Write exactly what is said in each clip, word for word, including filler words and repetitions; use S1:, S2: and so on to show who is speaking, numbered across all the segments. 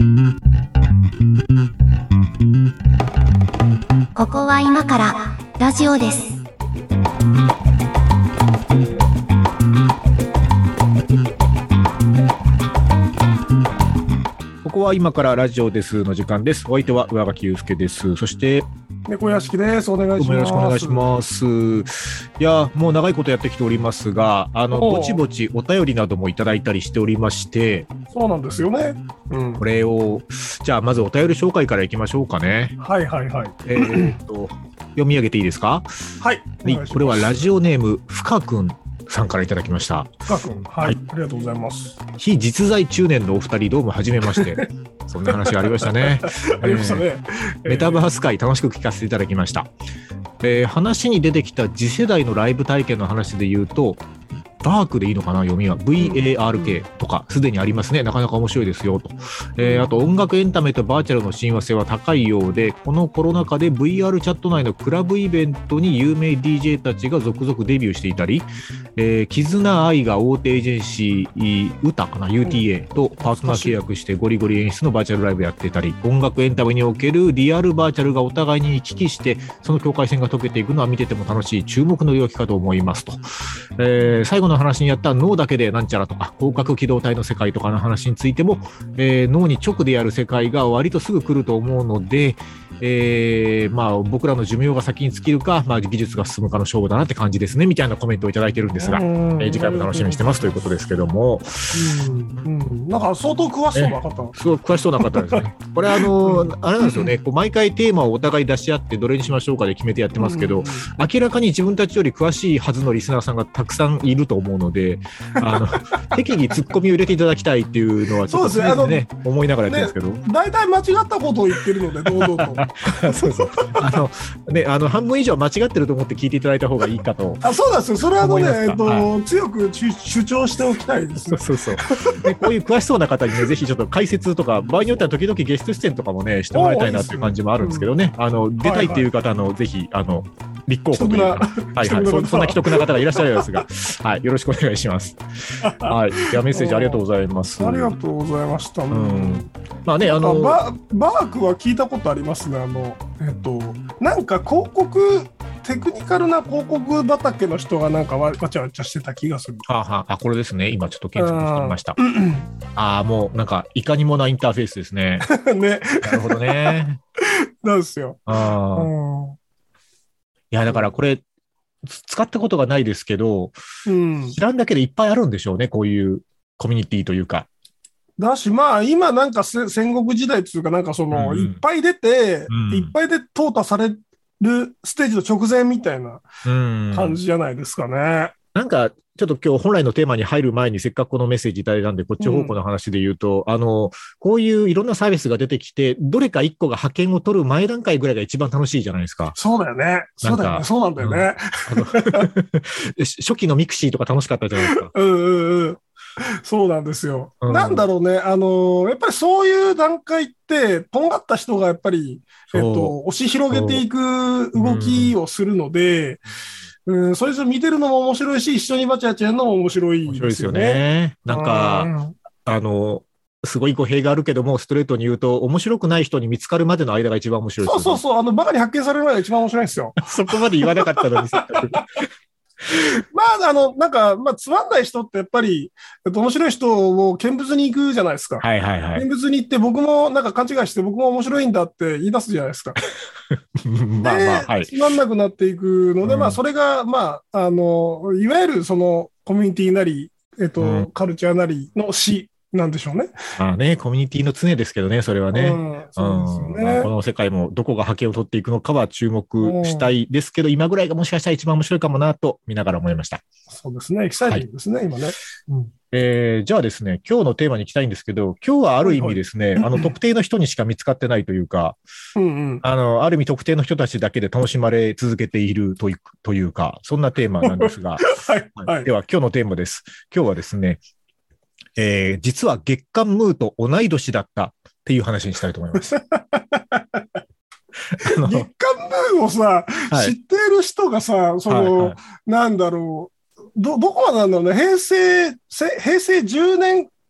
S1: ここは今からラジオです。
S2: ここは今からラジオですの時間です。お相手は上垣祐介です。そして
S3: 猫屋敷です。お願いします。
S2: よろしくお願いします。いや、もう長いことやってきておりますが、あのぼちぼちお便りなどもいただいたりしておりまして、
S3: そうなんですよね。うん、
S2: これをじゃあまずお便り紹介からいきましょうかね。
S3: はいはいはい。
S2: えー、っと読み上げていいですか。
S3: はい。
S2: これはラジオネームふかくんさんからいただきました。
S3: ふかくん、はい、はい、ありがとうございます。
S2: 非実在中年のお二人、どうもはじめまして。そんな話がありましたね。
S3: ありましたね、
S2: えー。メタバース界楽しく聞かせていただきました。えー、話に出てきた次世代のライブ体験の話で言うと、バークでいいのかな、読みは ブイエーアールケー とかすでにありますね。なかなか面白いですよと、えー、あと音楽エンタメとバーチャルの親和性は高いようで、このコロナ禍で ブイアール チャット内のクラブイベントに有名 ディージェー たちが続々デビューしていたり、えー、絆愛が大手エージェンシー歌かな ユーティーエー とパートナー契約してゴリゴリ演出のバーチャルライブやってたり、音楽エンタメにおけるリアルバーチャルがお互いに行き来してその境界線が解けていくのは見てても楽しい注目の領域かと思いますと、えー、最後の話にやった脳だけでなんちゃらとか広角機動隊の世界とかの話についても、えー、脳に直でやる世界が割とすぐ来ると思うので、えーまあ、僕らの寿命が先に尽きるか、まあ、技術が進むかの勝負だなって感じですねみたいなコメントをいただいてるんですが、えー、次回も楽しみにしてますということですけども、
S3: うんうん、なんか相当詳しそうな方、
S2: すごい詳しそうな方ですね。これあのー、あれなんですよね、こう毎回テーマをお互い出し合ってどれにしましょうかで決めてやってますけど、明らかに自分たちより詳しいはずのリスナーさんがたくさんいると思うので、あの適宜ツッコミを入れていただきたいっていうのはちょっと常々ね思いながらやってるんですけど、
S3: 大体、ね、間違ったことを言ってるので堂々と
S2: そうそう、あのね、あの半分以上間違ってると思って聞いていただいた方がいいかと。
S3: あ、そうなんですよ。それはあのね、えっと、
S2: はい、
S3: 強く主張しておきたいです、ね、
S2: そうそうそうでこういう詳しそうな方にねぜひちょっと解説とか場合によっては時々ゲスト出演とかもねしてもらいたいなっていう感じもあるんですけどね、うん、あの出たいっていう方の、はいはい、ぜひあの立候補というか、はいはい、そ, そんな既得な方がいらっしゃるようですが、はい、よろしくお願いします。はい、ではメッセージありがとうございます。
S3: ありがとうございました。うん、
S2: まあね、あの
S3: ババークは聞いたことありますね。あのえっとなんか広告テクニカルな広告畑の人がなんかわちゃわちゃしてた気がする。
S2: はあはあ、あこれですね。今ちょっと検索してみました。ああ、もうなんかいかにもなインターフェースですね。
S3: ね。
S2: なるほどね。
S3: なんですよ。
S2: ああ。いやだからこれ使ったことがないですけど、うん、知らんだけでいっぱいあるんでしょうね。こういうコミュニティというか。
S3: だし、まあ今なんか戦国時代っていうかなんかその、うん、いっぱい出て、うん、いっぱいで淘汰されるステージの直前みたいな感じじゃないですかね。うん、
S2: なんかちょっと今日本来のテーマに入る前にせっかくこのメッセージいただいたんでこっち方向の話で言うと、うん、あのこういういろんなサービスが出てきてどれか一個が覇権を取る前段階ぐらいが一番楽しいじゃないですか。
S3: そうだよね。そうだよね。そうなんだよね。
S2: うん、初期のミクシーとか楽しかったじゃないですか。
S3: うんうんうん。そうなんですよ。うん、なんだろうね。あのー、やっぱりそういう段階ってとんがった人がやっぱりえっと押し広げていく動きをするので。うん、それぞれ見てるのも面白いし、一緒にバチャバチャやるのも面白いですよね。面白いですよね。
S2: なんか、あの、すごい語弊があるけども、ストレートに言うと、面白くない人に見つかるまでの間が一番面白いですよね。
S3: そうそうそう、あの、バカに発見されるのが一番面白いんですよ。
S2: そこまで言わなかったのに。
S3: まあ、あの、なんか、まあ、つまんない人ってやっぱり、面白い人を見物に行くじゃないですか。
S2: はいはいはい。
S3: 見物に行って僕もなんか勘違いして僕も面白いんだって言い出すじゃないですか。
S2: まあまあ、はい。
S3: つまんなくなっていくので、うん、まあ、それが、まあ、あの、いわゆるそのコミュニティなり、えっと、うん、カルチャーなりの死なんでしょうね。
S2: まあね、コミュニティの常ですけどね、それはね。うん、そうですよね。まあ、この世界もどこが覇権を取っていくのかは注目したいですけど、うん、今ぐらいがもしかしたら一番面白いかもなと見ながら思いました。
S3: そうですね、エキサイティングですね、はい、今ね。うん
S2: えー、じゃあですね、今日のテーマに行きたいんですけど、今日はある意味ですね、はいはい、あの特定の人にしか見つかってないというか、うんうん、あの、ある意味特定の人たちだけで楽しまれ続けているという、というか、そんなテーマなんですが、はいはい、では今日のテーマです。今日はですね、えー、実は月刊ムーと同い年だったっていう話にしたいと思います。月
S3: 刊ムーをさ、はい、知っている人がさ、その、はいはい、なんだろう、ど、どこまでなんだろうね、平成、平成じゅうねん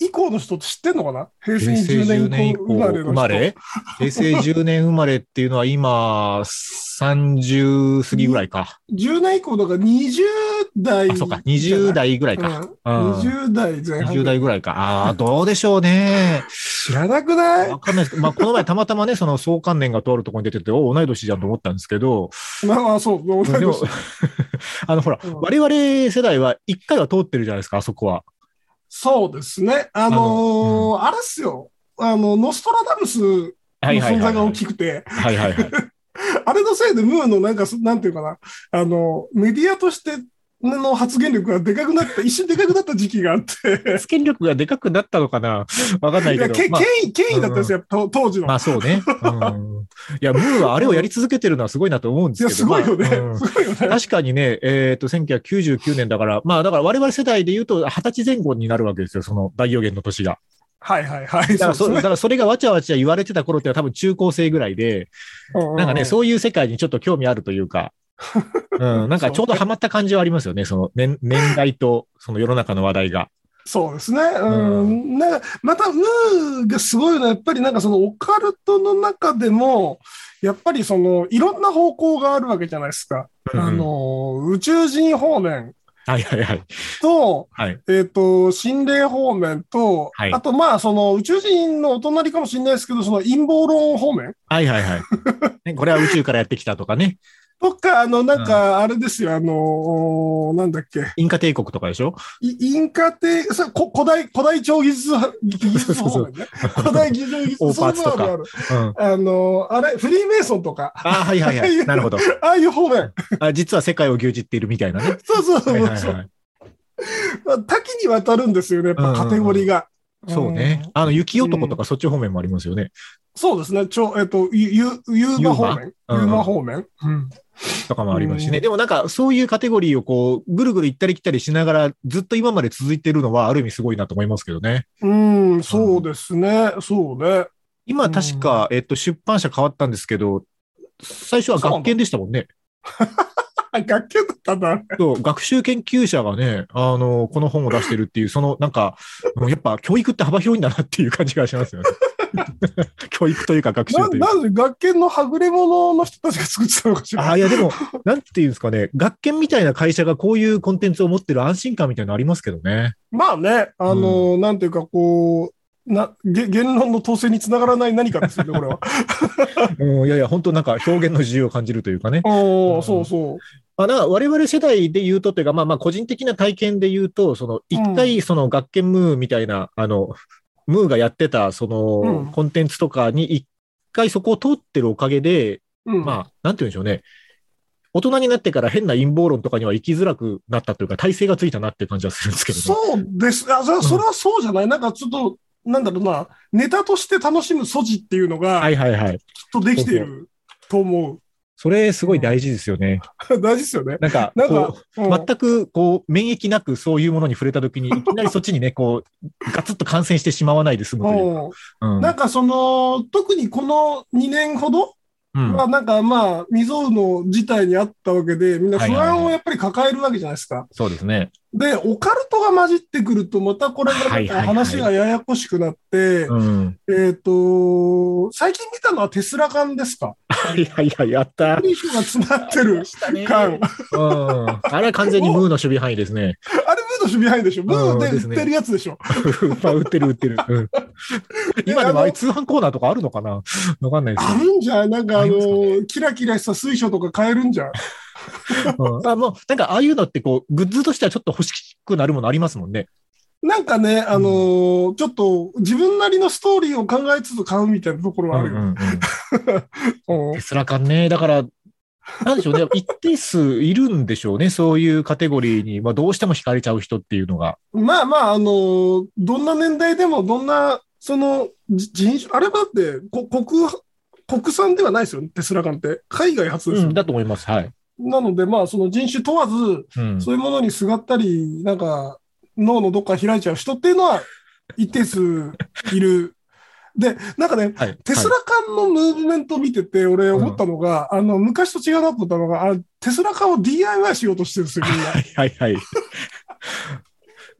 S3: 以降の人って知ってんのかな？平成
S2: 平成
S3: 10
S2: 10
S3: 年以
S2: 年以降
S3: 降生まれの人。
S2: 生まれ平成じゅうねん生まれっていうのは今、さんじゅう過ぎぐらいか。
S3: じゅうねん以降だからにじゅう代。
S2: あ、そうか、にじゅう代ぐらいか。
S3: うん、
S2: うん
S3: にじゅう代前半。
S2: にじゅう代ぐらいか。ああ、どうでしょうね。
S3: 知らなくない？
S2: わかんないですけど、まあ、この前たまたまね、その相関連がとあるところに出てて、お、同い年じゃんと思ったんですけど、
S3: まあまあ、そう、同い
S2: でも
S3: 年。
S2: あの、ほら、
S3: うん
S2: 我々世代は一回は通ってるじゃないですか、あそこは。
S3: そうですね。あのー
S2: あの
S3: あれっすよ。あの、ノストラダムスの
S2: はいはいはいはい
S3: 存在が大きくて、
S2: はいはいはい。
S3: あれのせいでムーのなんか、なんていうかな、あの、メディアとしての発言力がでかくなった、一瞬でかくなった時期があって、
S2: 発言力がでかくなったのかなわかんない
S3: いや、
S2: けど。まあ
S3: け権威、権威だったんですよ、と当時の。
S2: まあそうね。うん、いや、ムーはあれをやり続けてるのはすごいなと思うんで
S3: いや、
S2: すけど。
S3: すごいよね。
S2: まあうん
S3: すごいよね。
S2: 確かにね、えっと、せんきゅうひゃくきゅうじゅうきゅうねんだから、まあだから我々世代で言うとはたちぜん後になるわけですよ、その大予言の年が。
S3: はいはいはい。
S2: だからそ
S3: そうですね。
S2: だからそれがわちゃわちゃ言われてた頃ってのは多分中高生ぐらいで、なんかね、そういう世界にちょっと興味あるというか、うん、なんかちょうどハマった感じはありますよね、その年年代とその世の中の話題が。
S3: そうですね。うん。なんか、また、ムーがすごいのは、やっぱりなんかそのオカルトの中でも、やっぱりその、いろんな方向があるわけじゃないですか。
S2: うんうん
S3: あの、宇宙人方面
S2: はいはいはい。
S3: と、
S2: はい。
S3: えっと、心霊方面と、
S2: はい
S3: あとまあ、その宇宙人のお隣かもしれないですけど、その陰謀論方面
S2: はいはいはい。ねこれは宇宙からやってきたとかね。
S3: とか、あの、なんか、あれですよ、あの、なんだっけ、
S2: インカ帝国とかでしょ
S3: イインカ帝、それこ古代、古代超技術、技術方面ね。古代技術、技術、
S2: オーパーツとか
S3: そういうのあるある。
S2: うん。
S3: あの、あれ、フリーメイソンとか、
S2: ああ、はいはいはい。なるほど。
S3: ああいう方面。
S2: あ実は世界を牛耳っているみたいなね。
S3: そうそうそう。
S2: はいはいはい。
S3: まあ多岐にわたるんですよね、やっぱカテゴリーが。
S2: そうね。あの、雪男とかそっち方面もありますよね。
S3: そうですね。ちょ、えっと、ゆ、ゆ、ゆうま方面。
S2: ユーマ
S3: ゆうま方面。うん。
S2: とかもありますしね。
S3: うん
S2: でもなんか、そういうカテゴリーをこう、ぐるぐる行ったり来たりしながら、ずっと今まで続いてるのは、ある意味すごいなと思いますけどね。
S3: うん、そうですね。そうね。
S2: 今確か、えっと、出版社変わったんですけど、最初は学研でしたもんね。
S3: 学級だったんだ。
S2: そう、学習研究者がね、あの、この本を出してるっていう、その、なんか、もうやっぱ教育って幅広いんだなっていう感じがしますよね。教育というか学習
S3: な
S2: というか。
S3: なんで学研のはぐれ者の人たちが作ってたのかしら。
S2: ああ、いやでも、なんていうんですかね、学研みたいな会社がこういうコンテンツを持ってる安心感みたいなのありますけどね。
S3: まあね、あの、なんていうかこう、な、げ言論の統制につながらない何かですよね、これは。
S2: うん、いやいや、本当なんか表現の自由を感じるというかね。
S3: おー、
S2: うん
S3: そうそう。
S2: まあ、だから我々世代で言うとというか、まあまあ個人的な体験で言うと、その一回その学研ムーみたいな、あの、ムーがやってたその
S3: うん
S2: コンテンツとかに一回そこを通ってるおかげで、
S3: うん、
S2: まあ、なんて言うんでしょうね。大人になってから変な陰謀論とかには生きづらくなったというか、体制がついたなっていう感じはするんですけどね。
S3: そうです。あ、それはそれはそうじゃない。なんかちょっと、なんだろうな、ネタとして楽しむ素地っていうのが、
S2: はいはいはい。
S3: きっとできていると思
S2: それすごい大事ですよね。
S3: う。大事ですよね。
S2: なんか、
S3: なん
S2: こ
S3: か、
S2: う、
S3: うん
S2: 全くこう、免疫なくそういうものに触れたときに、いきなりそっちにね、こう、ガツッと感染してしまわないで済むというか。うん
S3: なんかその、特にこのにねんほど
S2: うん
S3: は、なんかまあ、未曾有の事態にあったわけで、みんな不安をやっぱり抱えるわけじゃないですか。
S2: そうですね。
S3: で、オカルトが混じってくると、またこれがなんか
S2: はいはいはい
S3: 話がややこしくなって、
S2: うん。
S3: えっと、最近見たのはテスラ缶ですか？
S2: はいはいはい、やった。
S3: プリシュが詰まってる缶。
S2: うん。あれは完全にムーの守備範囲ですね。
S3: あれ、ムーの守備範囲でしょ？ムーで
S2: ですね
S3: 売ってるやつでしょ？
S2: まあ、売ってる売ってる。うん、今でもああいう通販コーナーとかあるのかなわかんないです
S3: あ
S2: け
S3: るんじゃんなんかあ
S2: ありますか
S3: の、キラキラした水晶とか買えるんじゃん。
S2: ど。うんあもう、なんかああいうのってこう、グッズとしてはちょっと欲しくなるものありますもんね。
S3: なんかね、あのーちょっと自分なりのストーリーを考えつつ買うみたいなところはあるよ。
S2: うんうんうん
S3: うん
S2: テスラ缶ね。だから、なんでしょうね。一定数いるんでしょうね。そういうカテゴリーに、まあ、どうしても惹かれちゃう人っていうのが。
S3: まあまあ、あのーどんな年代でも、どんな、その、じ人種、あれはだって、こ国、国産ではないですよね、テスラ缶って。海外発ですよ。
S2: うん、だと思います。はい。
S3: なので、まあ、その人種問わず、
S2: うん。
S3: そういうものにすがったり、なんか、脳のどっか開いちゃう人っていうのは、一定数いる。で、なんかね、
S2: はい。
S3: テスラ缶のムーブメントを見てて、俺思ったのが、あの、昔と違うなと思ったのが、あテスラ缶を ディーアイワイ しようとしてるんですよ、みんな。
S2: はいはいはい。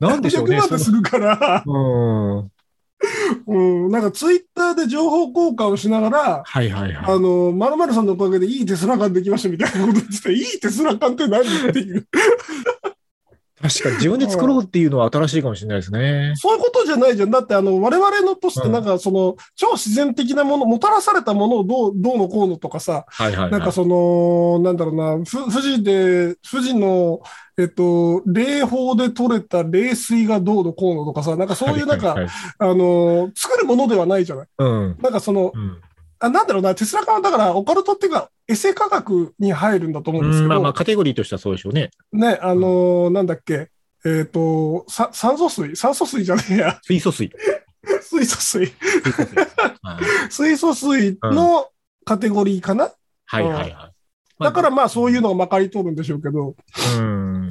S2: なんでしょうね。
S3: ひゃくまんでするから、
S2: そのうん。
S3: うん、なんかツイッターで情報交換をしながら、
S2: はいはいはい。
S3: あの、〇〇さんのおかげでいいテスラ感できましたみたいなこと言ってて、いいテスラ感って何っていう。
S2: 確かに自分で作ろうっていうのは新しいかもしれないですね。
S3: そういうことじゃないじゃん。だって、あの、我々のとして、なんか、その、超自然的なもの、もたらされたものをどう、どうのこうのとかさ、
S2: はいはいはい。
S3: なんかその、なんだろうな、ふ富士で、富士の、えっと、冷房で取れた冷水がどうのこうのとかさ、なんかそういうなんか、
S2: はいはいはい、
S3: あの、作るものではないじゃない。
S2: うん。
S3: なんかその、
S2: うん
S3: あ、なんだろうな、テスラ化はだからオカルトっていうか、エセ科学に入るんだと思うんですけど、
S2: まあまあカテゴリーとしてはそうでしょうね。
S3: ね、あのー、なんだっけ、えっ、と、さ、酸素水酸素水じゃねえや。
S2: 水素水。
S3: 水素水。
S2: 水素水。はい、
S3: 水素水のカテゴリーかな、うん、
S2: はいはいはい。
S3: だからまあそういうのがまかり通るんでしょうけど。
S2: うん。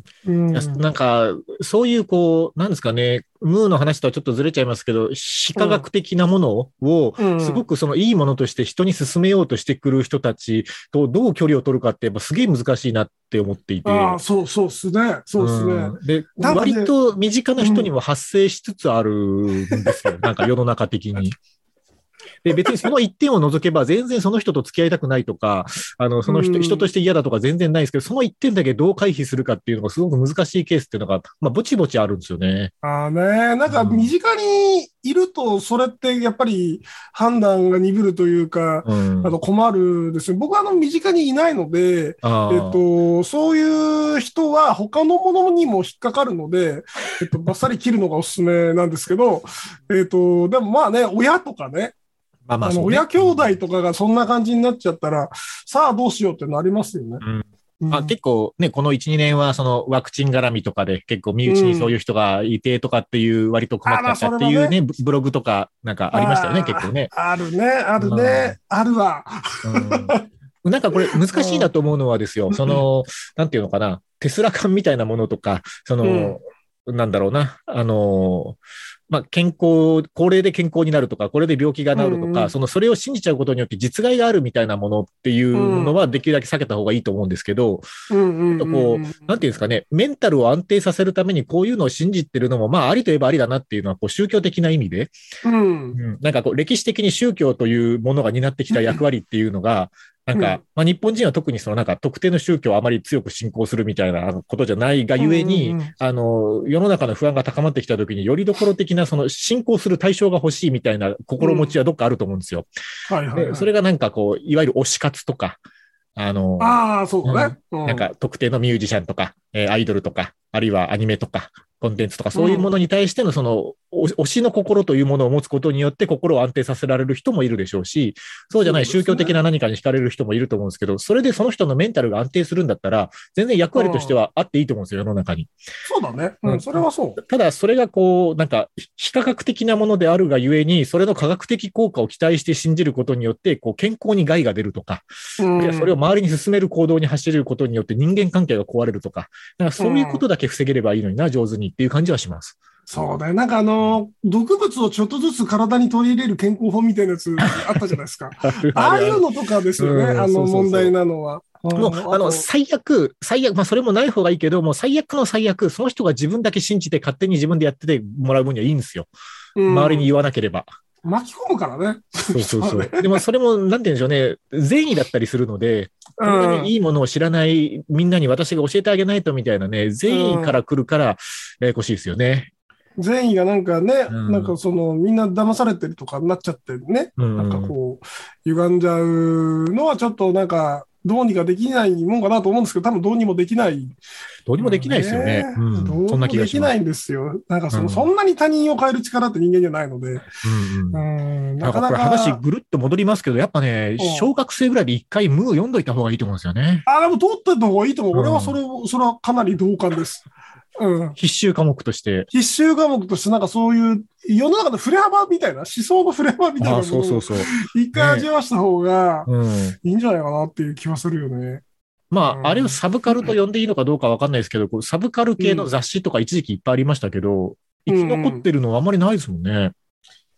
S2: うん、なんか、そういうこう、なんですかね、ムーの話とはちょっとずれちゃいますけど、非科学的なものを、すごくそのいいものとして人に勧めようとしてくる人たちとどう距離を取るかって、やっぱすげえ難しいなって思っていて。
S3: ああ、そうそうっすね。そうっすね。うん、
S2: で、ね、割と身近な人にも発生しつつあるんですよ。うん、なんか世の中的に。で、別にその一点を除けば全然その人と付き合いたくないとか、あの、その人、人として嫌だとか全然ないですけど、その一点だけどう回避するかっていうのがすごく難しいケースっていうのが、まあ、ぼちぼちあるんですよね。
S3: ああね、なんか身近にいると、それってやっぱり判断が鈍るというか、うん、あの困るですね。僕はあの身近にいないので、えっと、そういう人は他のものにも引っかかるので、えっと、バッサリ切るのがおすすめなんですけど、えっと、でもまあね、親とかね、まあまあ、ね、あの親兄弟とかがそんな感じになっちゃったら、さあどうしようってなりますよね。
S2: うんまあ、結構ね、このいち、にねんはそのワクチン絡みとかで結構身内にそういう人がいてとかっていう割と困っちゃったっていうね、ブログとかなんかありましたよね、結構ね。
S3: あるね、あるね、うん、あるわ。
S2: うん、なんかこれ難しいなと思うのはですよ、その、なんていうのかな、テスラ感みたいなものとか、その、うん、なんだろうな、あの、まあ、健康、高齢で健康になるとか、これで病気が治るとか、うん、その、それを信じちゃうことによって実害があるみたいなものっていうのはできるだけ避けた方がいいと思うんですけど、うん、とこう、なんていうんですかね、メンタルを安定させるためにこういうのを信じてるのも、まあ、ありといえばありだなっていうのは、こう、宗教的な意味で、うんうん、なんかこう、歴史的に宗教というものが担ってきた役割っていうのが、なんか、うん、まあ、日本人は特にそのなんか特定の宗教をあまり強く信仰するみたいなことじゃないがゆえに、うんうんうん、あの、世の中の不安が高まってきたときに、よりどころ的なその信仰する対象が欲しいみたいな心持ちはどっかあると思うんですよ。うんはいはいはい、でそれがなんかこう、いわゆる推し活とか、あの、
S3: ああ、そうだね、
S2: うん。なんか特定のミュージシャンとか、えー、アイドルとか、あるいはアニメとか、コンテンツとか、そういうものに対してのその、推しの心というものを持つことによって心を安定させられる人もいるでしょうし、そうじゃない宗教的な何かに惹かれる人もいると思うんですけど、それでその人のメンタルが安定するんだったら、全然役割としてはあっていいと思うんですよ、世の中に。
S3: そうだね。うん、それはそう。
S2: ただ、それがこう、なんか、非科学的なものであるがゆえに、それの科学的効果を期待して信じることによって、こう、健康に害が出るとか、うん、それを周りに進める行動に走ることによって人間関係が壊れるとか、なんかそういうことだけ防げればいいのにな、上手にっていう感じはします。
S3: そうだよ。なんかあの、毒物をちょっとずつ体に取り入れる健康法みたいなやつあったじゃないですか。ああいうのとかですよね、あの問題なのは。
S2: もう、あの、最悪、最悪、まあそれもない方がいいけど、もう最悪の最悪、その人が自分だけ信じて勝手に自分でやっててもらう分にはいいんですよ。周りに言わなければ。
S3: 巻き込むからね。
S2: そうそうそう。でもそれも、なんて言うんでしょうね、善意だったりするので、こんなにいいものを知らないみんなに私が教えてあげないとみたいなね、善意から来るから、ややこしいですよね。
S3: 善意がなんかね、うん、なんかそのみんな騙されてるとかになっちゃってね、うん、なんかこう、歪んじゃうのはちょっとなんか、どうにかできないもんかなと思うんですけど、多分どうにもできない。
S2: どうにもできないですよね。
S3: うん、どうにもできないんですよ。なんかその、うん、そんなに他人を変える力って人間じゃないので。うん
S2: うん、なかなか。話ぐるっと戻りますけど、やっぱね、小学生ぐらいで一回ムーを読んどいた方がいいと思うんですよね。
S3: あ、でも通ってた方がいいと思う。俺はそれを、それはかなり同感です。
S2: うん、必修科目として。
S3: 必修科目として、なんかそういう世の中の振れ幅みたいな、思想の振れ幅みたいなものを一回味わわした方がいいんじゃないかなっていう気はするよね。
S2: まあ、あれをサブカルと呼んでいいのかどうかわかんないですけど、こうサブカル系の雑誌とか一時期いっぱいありましたけど、うん、生き残ってるのはあんまりないですもんね。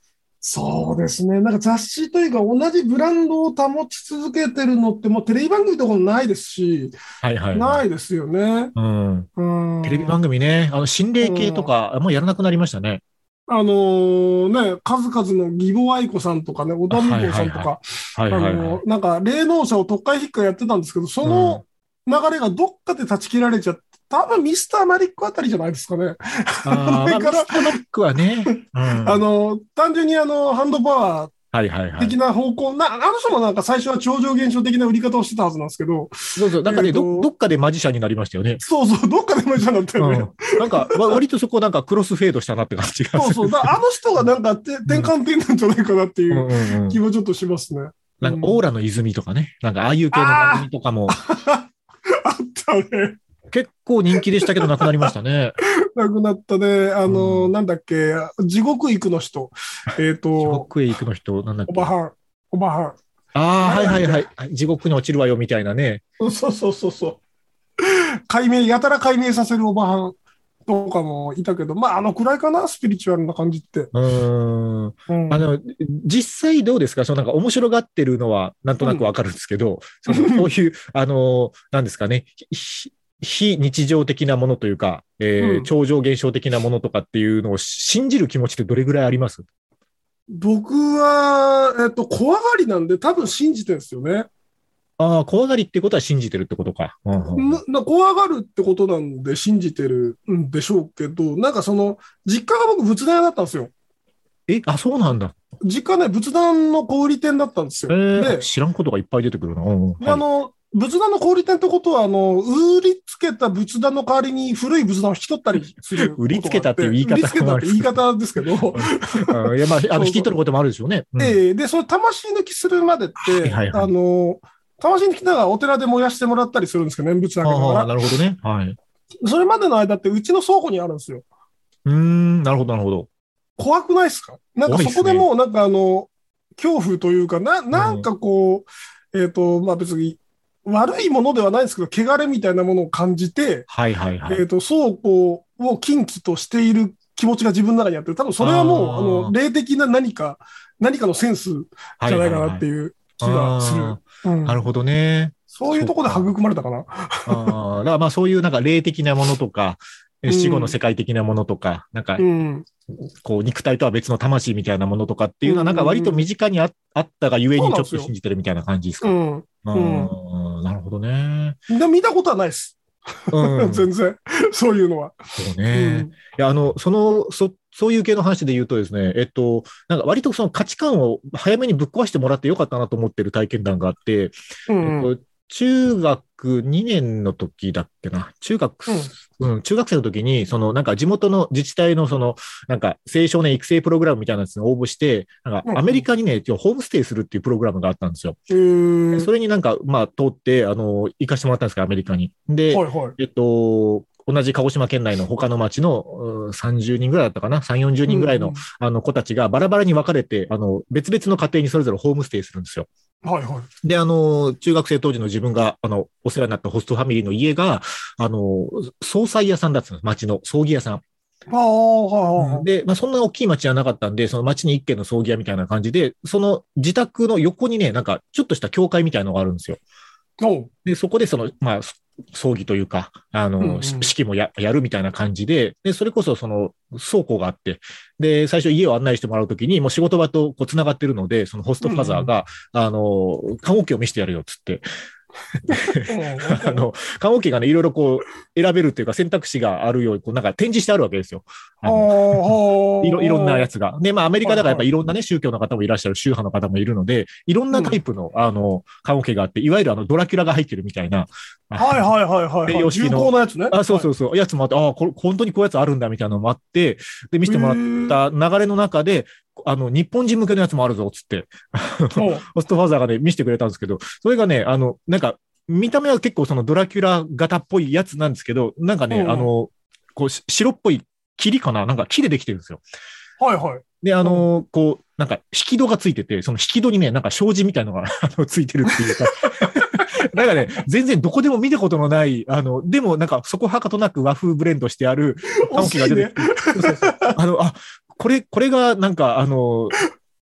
S3: そうですね。なんか雑誌というか同じブランドを保ち続けてるのってもうテレビ番組とかもないですし、
S2: はいはいはい。
S3: ないですよね。
S2: うん。
S3: うん。
S2: テレビ番組ね、あの、心霊系と
S3: うん。
S2: か、もうやらなくなりましたね。
S3: あのーね、数々の義母愛子さんとかね、織
S2: あはい
S3: 田美坊
S2: はいはい。
S3: さんとか、
S2: はい
S3: あ
S2: はいはい。
S3: のーなんか霊能者を特会引っかやってたんですけど、その
S2: うん。
S3: 流れがどっかで断ち切られちゃって、多分ミスターマリックあたりじゃないですかね。
S2: ああ、まあ、
S3: 上から、
S2: ミスターマリックはね。うん。
S3: あのー単純にあの、ハンドパワー
S2: はいはいはい。
S3: 的な方向な、あの人もなんか最初は超常現象的な売り方をしてたはずなんですけど、
S2: そうそう。なんかね、ど、ど
S3: えっと、
S2: っかでマジシャンになりましたよね。
S3: そうそう、どっかでも一緒になったよね。
S2: うん。なんか、わ割とそこなんかクロスフェードしたなって感じが
S3: そうそう。
S2: する。
S3: だからあの人がなんかて
S2: うん。
S3: 転換点なんじゃないかなっていう
S2: うんうんうん。
S3: 気もちょっとしますね。う
S2: なんか、オー
S3: ん。
S2: ラの泉とかね。なんか、ああいう系の番組
S3: あ
S2: とかも
S3: ああったね。
S2: 結構人気でしたけど、なくなりましたね。
S3: 亡くなったね。あの、
S2: うん。
S3: なんだっけ、地獄行くの人。えっと、
S2: 地獄へ行くの人、なんだっけ。
S3: おばはん。おばはん。
S2: ああ、はい
S3: なんだっけ。
S2: はいはい。地獄に落ちるわよ、みたいなね。
S3: そうそうそうそう。解明、やたら解明させるおばはんとかもいたけど、まあ、あのくらいかな、スピリチュアルな感じって。
S2: うーん。
S3: うん。
S2: あの、実際どうですか？そのなんか面白がってるのはなんと
S3: うん。
S2: なくわかるんですけど、その、そういう、あの、なんですかね、ひ非日常的なものというか、えー
S3: うん。
S2: 超常現象的なものとかっていうのを信じる気持ちってどれぐらいあります？
S3: 僕は、えっと、怖がりなんで多分信じてるんですよね。
S2: ああ、怖がりってことは信じてるってことか。うんうんうん。
S3: なな怖がるってことなんで信じてるんでしょうけど、なんかその、実家が僕仏壇屋だったんですよ。
S2: え、あ、そうなんだ。
S3: 実家ね、仏壇の小売店だったんですよ。
S2: えー、あ
S3: で、
S2: 知らんことがいっぱい出てくるな。うんうん、はい。
S3: であの、仏壇の小売店ってことは、あの、売りつけた仏壇の代わりに古い仏壇を引き取ったりする
S2: 売り
S3: ことがあって、
S2: つけたっていう言い
S3: 売り
S2: 方
S3: つけたって言い
S2: もあるんですけど。
S3: 方ですけど、
S2: うん、いや、まあ、あの、
S3: そうそう。
S2: 引き取ることもあるでしょうね。うん。
S3: ええで、その魂抜きするまでっ
S2: はい
S3: て、あ
S2: はいはい。
S3: の、魂抜きながらお寺で燃やしてもらったりするんですけど、念仏あげなが
S2: ああ、
S3: ら。
S2: なるほどね。はい。
S3: それまでの間ってうちの倉庫にあるんですよ。
S2: うーん、なるほど、なるほど。
S3: 怖くないですか？なんかそ
S2: 怖いっすね。
S3: こでもうなんかあの、恐怖というか、な、
S2: うん。
S3: なんかこう、えっと、まあ別に悪いものではないですけど、汚れみたいなものを感じて、
S2: はいはいはい。
S3: えっと、倉庫を禁忌としている気持ちが自分の中にあって、多分それはもう、あの、
S2: あ
S3: 霊的な何か、何かのセンス
S2: あ、はい
S3: じゃないかな
S2: はいはい。
S3: っていう気がする。
S2: ああ、なる
S3: うん。
S2: ほどね。
S3: そういうところで
S2: そっか。
S3: 育まれたかな。
S2: ああ、だからまあそういうなんか霊的なものとか、え
S3: う
S2: 死後の世
S3: ん。
S2: 界的なものとか、なんか
S3: うん。
S2: こう肉体とは別の魂みたいなものとかっていうのはなん
S3: うん。
S2: か割と
S3: うん。
S2: 身近にあ、あったがゆえにちょっと
S3: そうなんですよ。
S2: 信じてるみたいな感じですか。
S3: うん。
S2: あ
S3: うん。
S2: あ、なるほどね。
S3: で、見たことはないです。
S2: うん。
S3: 全然。そういうのは。
S2: そうね。
S3: うん。
S2: いや、あの、その、そ、そういう系の話で言うとですね、えっと、なんか割とその価値観を早めにぶっ壊してもらってよかったなと思ってる体験談があって、
S3: うん。
S2: えっと、中学にねんの時だっけな、中学、
S3: うん。
S2: うん、中学生の時に、そのなんか地元の自治体のその、なんか青少年育成プログラムみたいなやつに応募して、なんかアメリ
S3: うん。
S2: カにね、一応ホームステイするっていうプログラムがあったんですよ。
S3: えー、
S2: それになんか、まあ、通って、あの、行かしてもらったんですか、アメリカに。で、
S3: はいはい。
S2: えっと、同じ鹿児島県内の他の町のさんじゅうにんぐらいだったかな？ さん、よんじゅう
S3: うん。
S2: にんぐらいの
S3: うん。
S2: あの子たちがバラバラに分かれて、あの、別々の家庭にそれぞれホームステイするんですよ。
S3: はいはい。
S2: で、あの、中学生当時の自分が、あの、お世話になったホストファミリーの家が、あの、葬祭屋さんだったんです。町の葬儀屋さん。
S3: ああ、はいはい。
S2: で、まあ、そんな大きい町じゃなかったんで、その町に一軒の葬儀屋みたいな感じで、その自宅の横にね、なんか、ちょっとした教会みたいなのがあるんですよ。
S3: おう。
S2: で、そこでその、まあ、葬儀というか、あの、
S3: うんうん。
S2: 式もややるみたいな感じで、で、それこそその倉庫があって、で、最初家を案内してもらうときに、もう仕事場とこう繋がってるので、そのホスト
S3: うんうん。
S2: ファザーが、あの、棺桶を見せてやるよっつって、
S3: う
S2: あ
S3: ん。
S2: の、棺桶がね、いろいろこう、選べるっていうか選択肢があるように、こう、なんか展示してあるわけですよ。
S3: ああ、
S2: あの、いろ、いろんな
S3: は
S2: やつが。で、まあ、アメリ
S3: あ、は
S2: カだからやっぱ
S3: いはい。
S2: いろんなね、宗教の方もいらっしゃる、宗派の方もいるので、いろんなタイ
S3: うん。
S2: プの、あの、棺桶があって、いわゆるあの、ドラキュラが入ってるみたいな、あの、
S3: はいはいはいはい
S2: 西
S3: はい。重厚
S2: 洋式の、
S3: なやつね。
S2: あ、そう
S3: はい。
S2: そうそう、やつもあって、ああ、これ、本当にこういうやつあるんだみたいなのもあって、で、見せ
S3: へ
S2: てもらっ
S3: え。
S2: た流れの中で、あの、日本人向けのやつもあるぞ、つって、
S3: おう。
S2: ホストファーザーがね、見せてくれたんですけど、それがね、あの、なんか、見た目は結構そのドラキュラ型っぽいやつなんですけど、なんかね、あ
S3: うんうん。
S2: の、こう、白っぽい霧かななんか木でできてるんですよ。
S3: はいはい。
S2: で、あ
S3: うん。
S2: の、こう、なんか引き戸がついてて、その引き戸にね、なんか障子みたいのがあのついてるっていうか、なんかね、全然どこでも見たことのない、あの、でもなんかそこはかとなく和風ブレンドしてある
S3: 惜
S2: 棺桶が
S3: しいね。
S2: 出てきて、そうそうそう。あの、あ、これ、これがなんか、あの、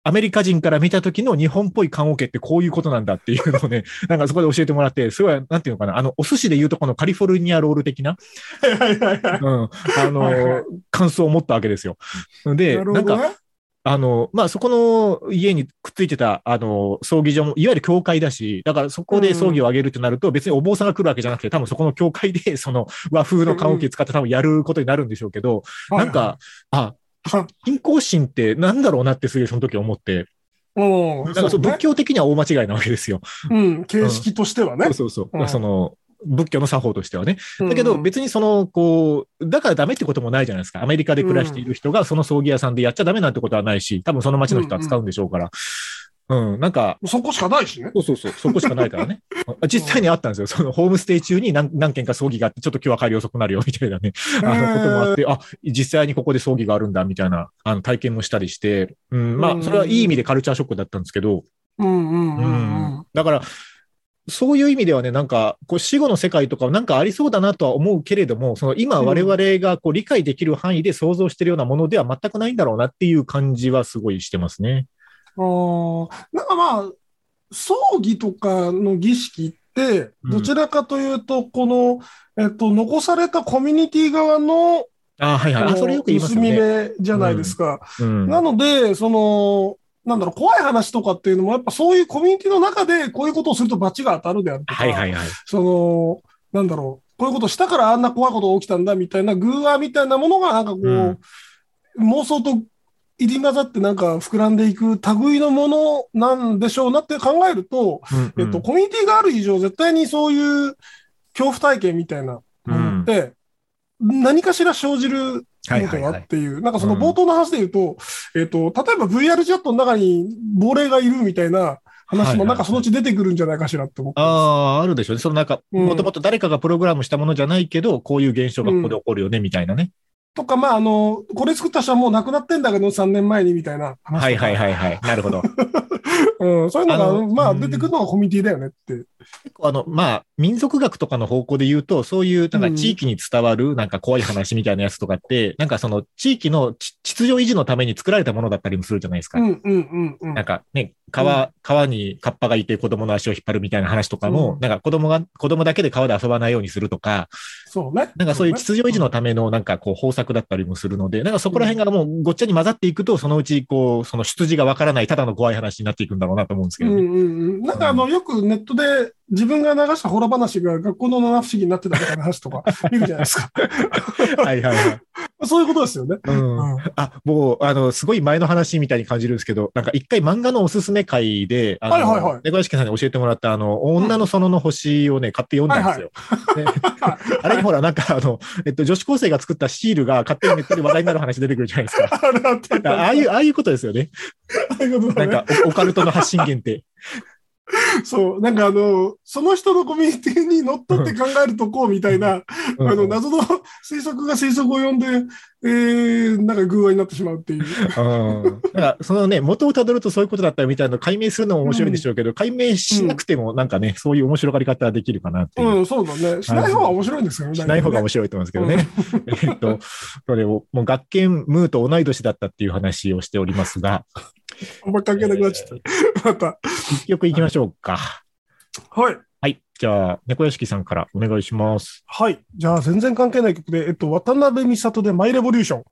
S2: アメリカ人から見た時の日本っぽい棺桶ってこういうことなんだっていうのをね、なんかそこで教えてもらって、すごい、なんていうのかな、あの、お寿司で言うとこのカリフォルニアロール的な、
S3: はいはいはいはい。
S2: うん、あの、
S3: はいはい
S2: 感想を持ったわけですよ。で、
S3: なる
S2: なんか、
S3: ほどね。
S2: あの、まあ、そこの家にくっついてた、あの、葬儀場も、いわゆる教会だし、だからそこで葬儀を挙げるってなると、別にお坊さんが来るわけじゃなくて、多分そこの教会で、その和風の棺桶使って多分やることになるんでしょうけど、
S3: はいはい
S2: なんか、あ、
S3: は
S2: 信仰心ってなんだろうなってすげえその時思って、
S3: うん、
S2: なんかそう
S3: そうね。
S2: 仏教的には大間違いなわけですよ。
S3: うん、形式としてはね。
S2: そうそうそう。
S3: うん
S2: その、仏教の作法としてはね。
S3: うん
S2: だけど別にその、こう、だからダメってこともないじゃないですか。アメリカで暮らしている人がその葬儀屋さんでやっちゃダメなんてことはないし、多分その町の人は使うんでしょうから。うん、なんか、
S3: そこしかないしね。
S2: そうそうそう、そこしかないからね。実際にあったんですよ。そのホームステイ中に何何件か葬儀があって、ちょっと今日は帰り遅くなるよみたいなね、あのこともあって、あ、実際にここで葬儀があるんだみたいなあの体験もしたりして、うん、まあ、それはいい意味でカルチャーショックだったんですけど、
S3: うんうんう
S2: うんん、だから、そういう意味ではね、なんか、こう死後の世界とかなんかありそうだなとは思うけれども、その今我々がこう理解できる範囲で想像しているようなものでは全くないんだろうなっていう感じはすごいしてますね。
S3: あーなんかまあ、葬儀とかの儀式って、どちらかというと、この、えっと、残されたコミュニティ側の、
S2: あ、はいはい。あ、それよく言います
S3: 盗み
S2: よね。
S3: 目じゃないですか。
S2: うん。
S3: なので、その、なんだろう、怖い話とかっていうのも、やっぱそういうコミュニティの中で、こういうことをすると罰が当たるであるとか、
S2: はいはいはい。
S3: その、なんだろう、こういうことしたからあんな怖いことが起きたんだみたいな、偶話みたいなものが、なんかこう、
S2: うん
S3: 妄想と入り混ざってなんか膨らんでいく類のものなんでしょうなって考えると、
S2: うんうん
S3: えっと、コミュニティがある以上、絶対にそういう恐怖体験みたいなものって、何かしら生じるのではっていう、なんかその冒頭の話で言うと、えっと、例えば ブイアール チャットの中に亡霊がいるみたいな話もなんかそのうち出てくるんじゃないかしらって思ってます。
S2: ああ、あるでしょうね。そのなんか、
S3: うん
S2: もともと誰かがプログラムしたものじゃないけど、こういう現象がここで起こるよね、みたいなね。
S3: とか、まあ、あの、これ作った人はもう亡くなってんだけど、さんねんまえにみたいな話とか。
S2: はいはいはいはい。なるほど。
S3: うん、そういうのが、
S2: あの
S3: まあ、
S2: うん
S3: 出てくるのがコミュニティだよねって。
S2: 結構あの、まあ、民族学とかの方向で言うと、そういうなんか地域に伝わるなんか怖い話みたいなやつとかって、なんかその地域のち秩序維持のために作られたものだったりもするじゃないですか。
S3: うんうんうんうん。
S2: なんかね、川、川にカッパがいて子供の足を引っ張るみたいな話とかも、
S3: うん
S2: なんか子供が、子供だけで川で遊ばないようにするとか、
S3: そうね。
S2: なんかそういう秩序維持の
S3: た
S2: ためのなんかこう方策だったりもするので、なんかそこら辺がもうごっちゃに混ざっていくと、そのうちこう、その出自がわからないただの怖い話になっていくんだろうなと思うんですけどね。
S3: うんうんうん。なんかあの、よくネットで自分が流したホラ話が学校の七不思議になってたみたいな話とか見るじゃないですか。
S2: はいはいはい。
S3: そういうことですよね。
S2: うん
S3: うん
S2: あ、もう、あの、すごい前の話みたいに感じるんですけど、なんか一回漫画のおすすめ会で、あの、
S3: はいはいはい
S2: 猫屋敷さんに教えてもらった、あの、女の園の星をね、買って読んだんですよ。であれにほら、なんかあの、えっと、女子高生が作ったシールが勝手にネットで話題になる話出てくるじゃないですか。
S3: あれあったあった
S2: ああいう、ああいうことですよね。
S3: ああいうことだね
S2: なんか、おオカルトの発信源って。
S3: そう、なんかあの、その人のコミュニティにのっとって考えるとこうみたいな、
S2: うん
S3: あの、謎の推測が推測を呼んで、えー、なんか偶話になってしまうっていう。
S2: うん。だから、そのね、元をたどるとそういうことだったみたいなのを解明するのも面白いでしょうけど、解明しなくてもなんかね、そういう面白がり方はできるかなっていう。
S3: うん、そうだね。しない方が面白いんですよね。
S2: しない方が面
S3: 白
S2: 白いと思うんですけどね。えっと、それを、もう学研ムーと同い年だったっていう話をしておりますが、
S3: い。あんま関係なくなっちゃった。また。
S2: 一曲いきましょうか。
S3: はい。
S2: はい。じゃあ、猫屋敷さんからお願いします。
S3: はい。じゃあ、全然関係ない曲で、えっと、渡辺美里でマイレボリューション。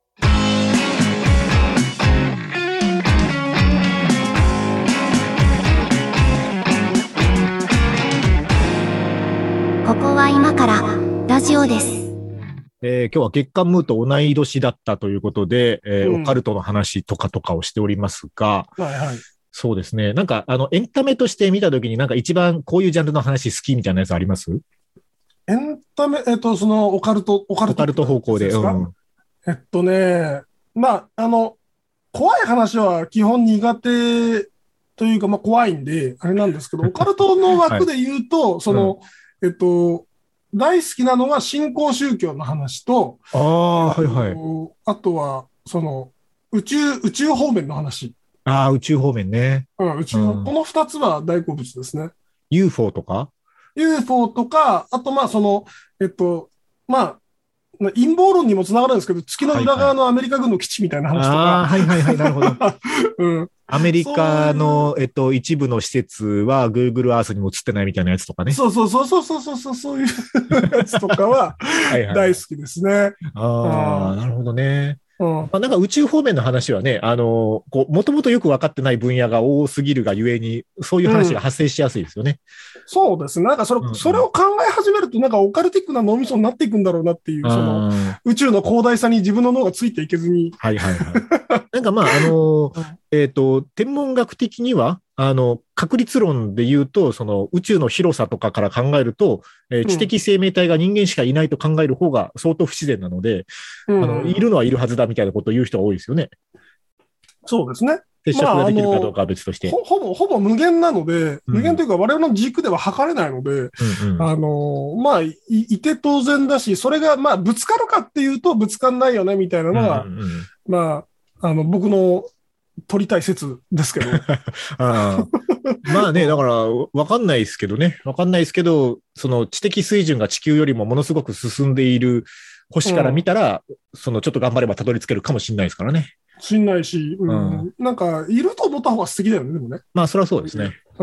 S1: ここは今からラジオです。
S2: えー今日は月刊ムーと同い年だったということで、えー
S3: うん
S2: オカルトの話とかとかをしておりますが、
S3: はいはい。
S2: そうですね。なんか、あの、エンタメとして見たときになんか一番こういうジャンルの話好きみたいなやつあります？
S3: エンタメ、えっと、その、オカルト、オカルト。
S2: オカルト方向で。
S3: すか
S2: うん。
S3: えっとね、まあ、あの、怖い話は基本苦手というか、まあ怖いんで、あれなんですけど、オカルトの枠で言うと、その、えっと、大好きなのは新興宗教の話と、
S2: ああ、はいはい。
S3: い。あとは、その、宇宙、宇宙方面の話。
S2: ああ、宇宙方面ね。
S3: うん、宇宙、
S2: うん
S3: この二つは大好物ですね。
S2: ユーフォー とか
S3: ユーフォー とか、あとまあその、えっと、まあ、 陰謀論にもつながるんですけど、月の裏側のアメリカ軍の基地みたいな話とか。
S2: はいはい、ああ、はいはいはい、なるほど。
S3: うん、
S2: アメリカの、えっと、一部の施設は Google Earth にも映ってないみたいなやつとかね。
S3: そうそうそうそうそうそう、そういうやつとかは大好きですね。はいはい、
S2: ああ、なるほどね。
S3: うん、
S2: まあ、なんか宇宙方面の話はね、あの、こう、もともとよく分かってない分野が多すぎるがゆえに、そういう話が発生しやすいですよね。
S3: うん、そうですね。なんかそれ、うんうん、それを考え始めると、なんかオカルティックな脳みそになっていくんだろうなっていう、その、宇宙の広大さに自分の脳がついていけずに。
S2: はいはいはい。なんかまあ、あの、えっと、天文学的には、あの、確率論で言うと、その宇宙の広さとかから考えると、えー、知的生命体が人間しかいないと考える方が相当不自然なので、うん、あの、いるのはいるはずだみたいなことを言う人が多いですよね。
S3: そうですね。
S2: 接触ができるかどうかは別として。
S3: まあ、ほ, ほぼ、ほぼ無限なので、無限というか我々の軸では測れないので、うんうん、あの、まあい、いて当然だし、それが、まあ、ぶつかるかっていうとぶつかんないよね、みたいなのが、うんうんうん、まあ、あの、僕の取りたい説ですけど。
S2: あまあね、だから、わかんないですけどね。わかんないですけど、その知的水準が地球よりもものすごく進んでいる星から見たら、うん、そのちょっと頑張ればたどり着けるかもしれないですからね。
S3: しんないし、うんうん、なんか、いると思った方が素敵だよね、でもね。
S2: まあ、それはそうですね。うん。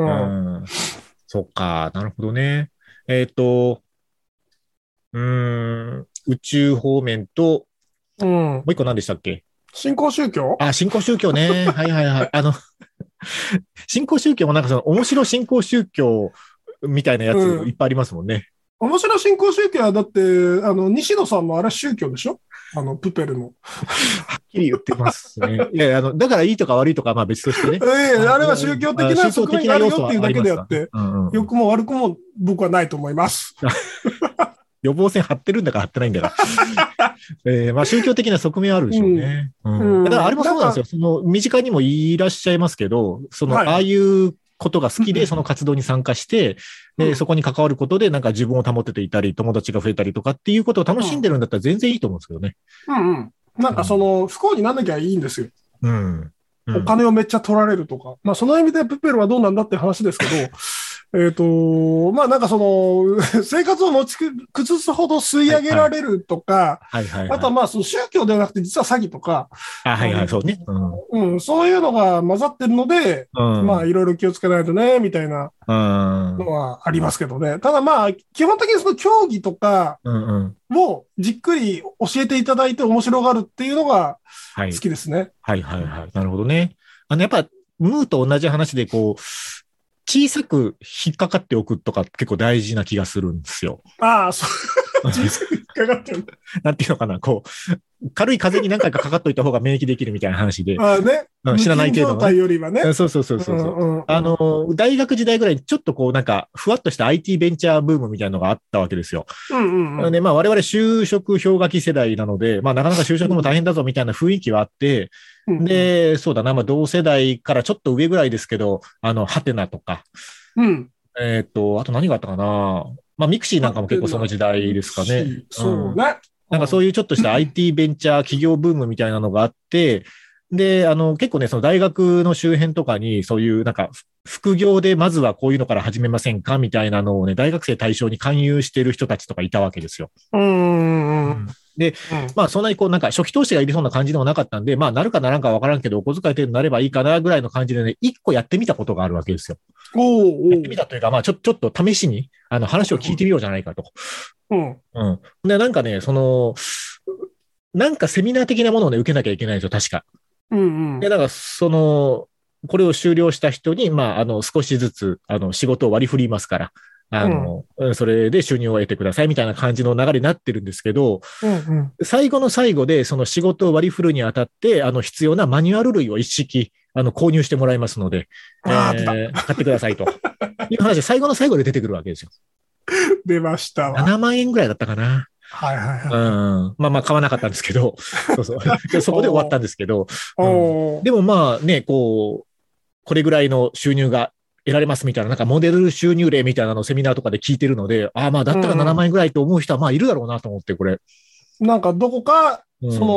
S2: うん、そっか、なるほどね。えっ、ー、と、うーん、宇宙方面と、うん、もう一個何でしたっけ？
S3: 新興宗教？
S2: あ、新興宗教ね。はいはいはい。あの、新興宗教もなんかその面白新興宗教みたいなやついっぱいありますもんね。
S3: うん、面白新興宗教はだって、あの、西野さんもあれは宗教でしょ？あの、プペルの。
S2: はっきり言ってますね。いやいや、あの、だからいいとか悪いとかまあ別としてね。
S3: ええ、あれは宗教的な側面があるよっていうだけであって、うんうん、良くも悪くも僕はないと思います。
S2: 予防線張ってるんだか張ってないんだか。えー、まあ宗教的な側面はあるでしょうね。うんうん、だからあれもそうなんですよ。その身近にもいらっしゃいますけど、その、はい、ああいうことが好きでその活動に参加して、うん、でそこに関わることでなんか自分を保てていたり、友達が増えたりとかっていうことを楽しんでるんだったら全然いいと思うんですけどね。
S3: うんうん。なんかその不幸になんなきゃいいんですよ。うんうん、お金をめっちゃ取られるとか。まあその意味でプペルはどうなんだって話ですけど、えっと、まあなんかその、生活を持ち崩すほど吸い上げられるとか、あとはまあその宗教ではなくて実は詐欺とか、
S2: あ、はいはい、そうね、
S3: うん。うん、そういうのが混ざってるので、うん、まあいろいろ気をつけないとね、みたいなのはありますけどね。ただまあ、基本的にその競技とかをじっくり教えていただいて面白がるっていうのが好きですね。
S2: はい、はい、はいはい。なるほどね。あの、やっぱ、ムーと同じ話でこう、小さく引っかかっておくとか結構大事な気がするんですよ。
S3: ああ、そう。小さく引っかかってる。
S2: なんていうのかな、こう、軽い風に何回かかかっといた方が免疫できるみたいな話で。
S3: ああね。
S2: うん、知らない程度の、ね。
S3: 状態よりはね。
S2: そうそうそうそう。うんうんうん、あの、大学時代ぐらいにちょっとこうなんか、ふわっとした アイティー ベンチャーブームみたいなのがあったわけですよ。うんうんうん、で、まあ我々就職氷河期世代なので、まあなかなか就職も大変だぞみたいな雰囲気はあって、うん、で、そうだな、まあ同世代からちょっと上ぐらいですけど、あの、ハテナとか、うん。えっと、あと何があったかな。まあ、ミクシーなんかも結構その時代ですかね。
S3: そうね。
S2: なんかそういうちょっとした アイティー ベンチャー企業ブームみたいなのがあって、で、あの、結構ね、その大学の周辺とかに、そういうなんか、副業でまずはこういうのから始めませんかみたいなのをね、大学生対象に勧誘してる人たちとかいたわけですよ。うん。うんで、まあそんなにこうなんか初期投資がいりそうな感じでもなかったんで、まあなるかならんかわからんけど、お小遣い程度になればいいかなぐらいの感じでね、一個やってみたことがあるわけですよ。おーおーやってみたというか、まあちょ、ちょっと試しに、あの話を聞いてみようじゃないかと。うん。うん。で、なんかね、その、なんかセミナー的なものをね、受けなきゃいけないんですよ、確か。うんうん。で、だからその、これを終了した人に、まあ、あの、少しずつ、あの、仕事を割り振りますから、あの、うん、それで収入を得てくださいみたいな感じの流れになってるんですけど、うんうん、最後の最後でその仕事を割り振るにあたって、あの、必要なマニュアル類を一式、あの、購入してもらいますので、えー、買ってくださいと。いう話で最後の最後で出てくるわけですよ。
S3: 出ましたわ。
S2: ななまんえんぐらいだったかな。
S3: はいはいはい。
S2: うん。まあまあ買わなかったんですけど、そうそう。そこで終わったんですけど、うん、でもまあね、こう、これぐらいの収入が得られますみたいな、なんかモデル収入例みたいなのをセミナーとかで聞いてるので、ああまあだったらななまんえんぐらいと思う人はまあいるだろうなと思って、これ。
S3: なんかどこか、その、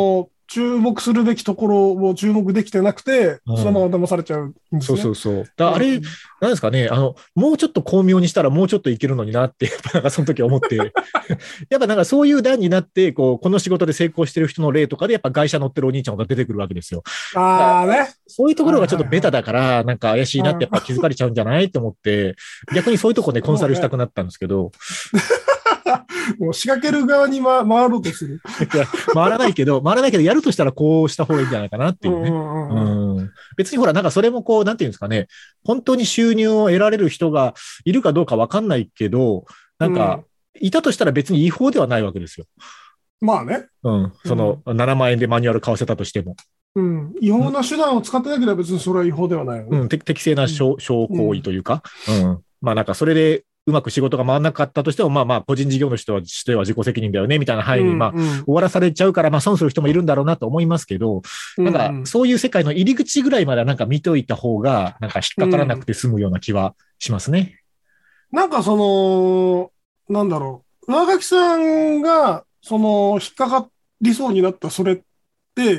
S3: 注目するべきところを注目できてなくて、
S2: うん、
S3: そのまま騙されちゃうんですね。
S2: そうそうそう。だあれ、うん、なんですかね、あの、もうちょっと巧妙にしたらもうちょっといけるのになって、やっぱなんかその時思って、やっぱなんかそういう段になって、こう、この仕事で成功してる人の例とかで、やっぱ外車乗ってるお兄ちゃんが出てくるわけですよ。
S3: ああね。
S2: そういうところがちょっとベタだから、はいはいはい、なんか怪しいなってやっぱ気づかれちゃうんじゃないと思って、逆にそういうとこでコンサルしたくなったんですけど、
S3: もう仕掛ける側に、ま、回ろうとする。
S2: いや、回らないけど、回らないけど、やるとしたらこうした方がいいんじゃないかなっていうね。うんうんうん、別にほら、なんかそれもこう、なんていうんですかね、本当に収入を得られる人がいるかどうかわかんないけど、なんか、いたとしたら別に違法ではないわけですよ。
S3: まあね。
S2: うん。その、ななまん円でマニュアル買わせたとしても。
S3: うん。違法な手段を使ってなければ別にそれは違法ではないよね。
S2: うん。適正な商行為というか、うん、うん。まあなんかそれで、うまく仕事が回らなかったとしても、まあまあ、個人事業主とはしては自己責任だよね、みたいな範囲に、まあ、終わらされちゃうから、まあ、損する人もいるんだろうなと思いますけど、なんか、そういう世界の入り口ぐらいまではなんか見ておいた方が、なんか引っかからなくて済むような気はしますね。
S3: うん、なんかその、なんだろう、上垣さんが、その、引っかかりそうになったそれって、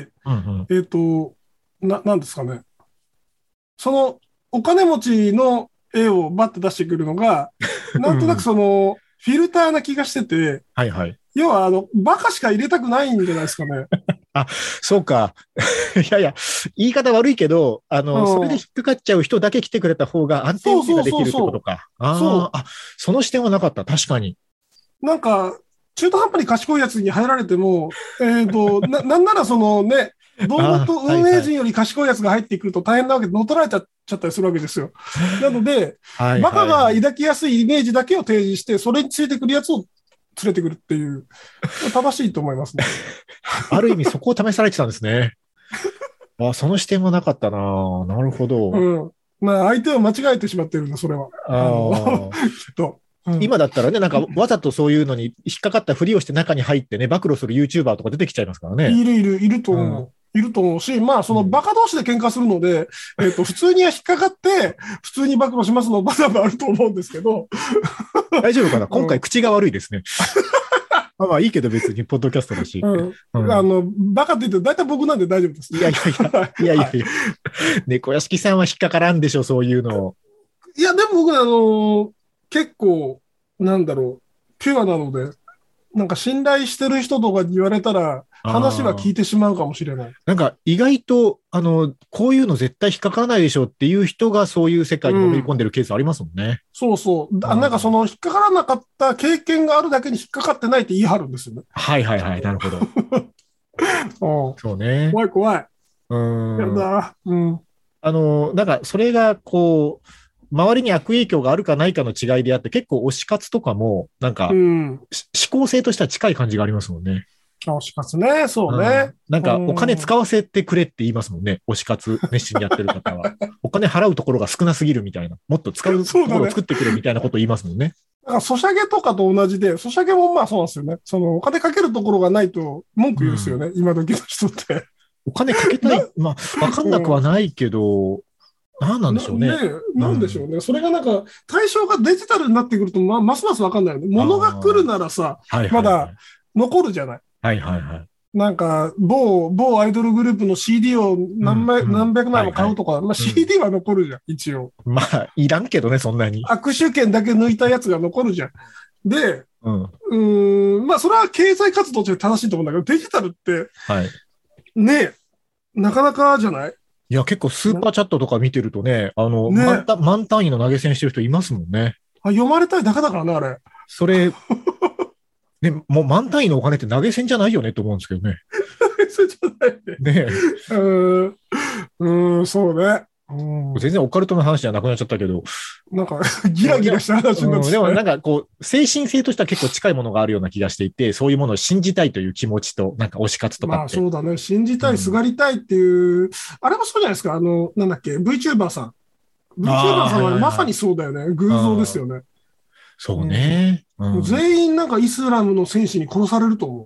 S3: うんうん、えっと、な、なんですかね。その、お金持ちの絵をバッて出してくるのが、なんとなくその、フィルターな気がしてて、
S2: はいはい。
S3: 要は、あの、バカしか入れたくないんじゃないですかね。
S2: あ、そうか。いやいや、言い方悪いけど、あの、うん、それで引っかかっちゃう人だけ来てくれた方が安定運転ができるってことか。あそうあ、その視点はなかった。確かに。
S3: なんか、中途半端に賢いやつに入られても、えっと、な、なんならそのね、道路と運営陣より賢いやつが入ってくると大変なわけで乗っ取られちゃったりするわけですよ。なので、はいはい、バカが抱きやすいイメージだけを提示して、それについてくるやつを連れてくるっていう、正しいと思いますね。
S2: ある意味そこを試されてたんですね。あ、その視点はなかったな。なるほど。
S3: うん。まあ、相手を間違えてしまってるんだ、それは。あ
S2: きっと。うん、今だったらね、なんかわざとそういうのに引っかかったふりをして中に入ってね、暴露する YouTuber とか出てきちゃいますからね。
S3: いるいる、いると思う。うんいると思うし、まあ、そのバカ同士で喧嘩するので、うん、えっと、普通には引っかかって、普通に暴露しますのパターンもあると思うんですけど。
S2: 大丈夫かな今回口が悪いですね。まあまあいいけど別にポッドキャストだし。
S3: うんうん、あの、バカって言って大体僕なんで大丈夫です。
S2: いやいやいや、いやいやいや。猫屋敷さんは引っかからんでしょ、そういうの。
S3: いや、でも僕、あの、結構、なんだろう、ピュアなので、なんか信頼してる人とかに言われたら、話は聞いてしまうかもしれない。
S2: なんか意外と、あの、こういうの絶対引っかからないでしょっていう人がそういう世界にのめり込んでるケースありますもんね。うん、
S3: そうそう。なんかその引っかからなかった経験があるだけに引っかかってないって言い張るんですよね。
S2: はいはいはい。なるほど。そうね。
S3: 怖い怖い。
S2: うん。
S3: やだ。うん。
S2: あの、なんかそれがこう、周りに悪影響があるかないかの違いであって、結構推し活とかも、なんか、うん、思考性としては近い感じがありますもんね。
S3: 推し活ね、そうね。うん、
S2: なんか、お金使わせてくれって言いますもんね。推し活熱心にやってる方は。お金払うところが少なすぎるみたいな。もっと使うところを作ってくれみたいなこと言いますもんね。
S3: だから、ソシャゲとかと同じで、ソシャゲもまあそうなんですよね。その、お金かけるところがないと文句言うんですよね。うん、今時の人って。
S2: お金かけたいまあ、わかんなくはないけど、何なんでしょうね。
S3: ねなんでしょうね、うん。それがなんか、対象がデジタルになってくると、まあ、ますますわかんないよね。物が来るならさ、はいはいはい、まだ残るじゃない。
S2: はいはいはい。
S3: なんか、某、某アイドルグループの シーディー を何枚、うんうん、何百枚も買うとか、はいはい、まあ シーディー は残るじゃん、うん、一応。
S2: まあ、いらんけどね、そんなに。
S3: 握手券だけ抜いたやつが残るじゃん。で、うん、うーん、まあ、それは経済活動として正しいと思うんだけど、デジタルって、はい、ねなかなかじゃない
S2: いや、結構スーパーチャットとか見てるとね、あの、ね、満, 満単位の投げ銭してる人いますもんね。
S3: あ、読まれたいだけだからね、あれ。
S2: それ、ね、もう満単位のお金って投げ銭じゃないよねと思うんですけどね。
S3: 投げ銭じゃないね。ねえ。うーん、そうね。
S2: うん、全然オカルトの話じゃなくなっちゃったけど。
S3: なんか、ギラギラした話になって、
S2: うん、でもなんかこう、精神性としては結構近いものがあるような気がしていて、そういうものを信じたいという気持ちと、なんか推し活とかって。
S3: まあそうだね。信じたい、すがりたいっていう、うん、あれもそうじゃないですか。あの、なんだっけ、VTuber さん。VTuber さんはまさにそうだよね。偶像ですよね。
S2: そうね、
S3: うんうん。全員なんかイスラムの戦士に殺されると思う。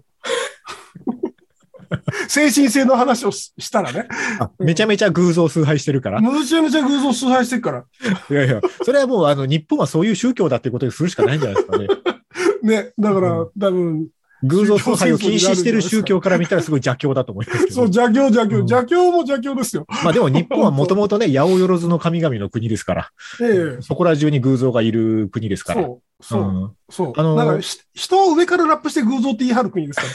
S3: 精神性の話をしたらね。
S2: めちゃめちゃ偶像崇拝してるから。
S3: めちゃめちゃ偶像崇拝してるから。
S2: いやいや、それはもうあの日本はそういう宗教だっていうことにするしかないんじゃないですかね。
S3: ね、だから、うん、多分、
S2: 偶像崇拝を禁止してる宗教から見たらすごい邪教だと思いますけど。
S3: そう、邪教、邪教、邪教も邪教ですよ。
S2: まあでも日本はもともとね、八百万の神々の国ですから、ええ、そこら中に偶像がいる国ですから。
S3: そう、そう、うん、そう。あのー、なんか人を上からラップして偶像って言い張る国ですから。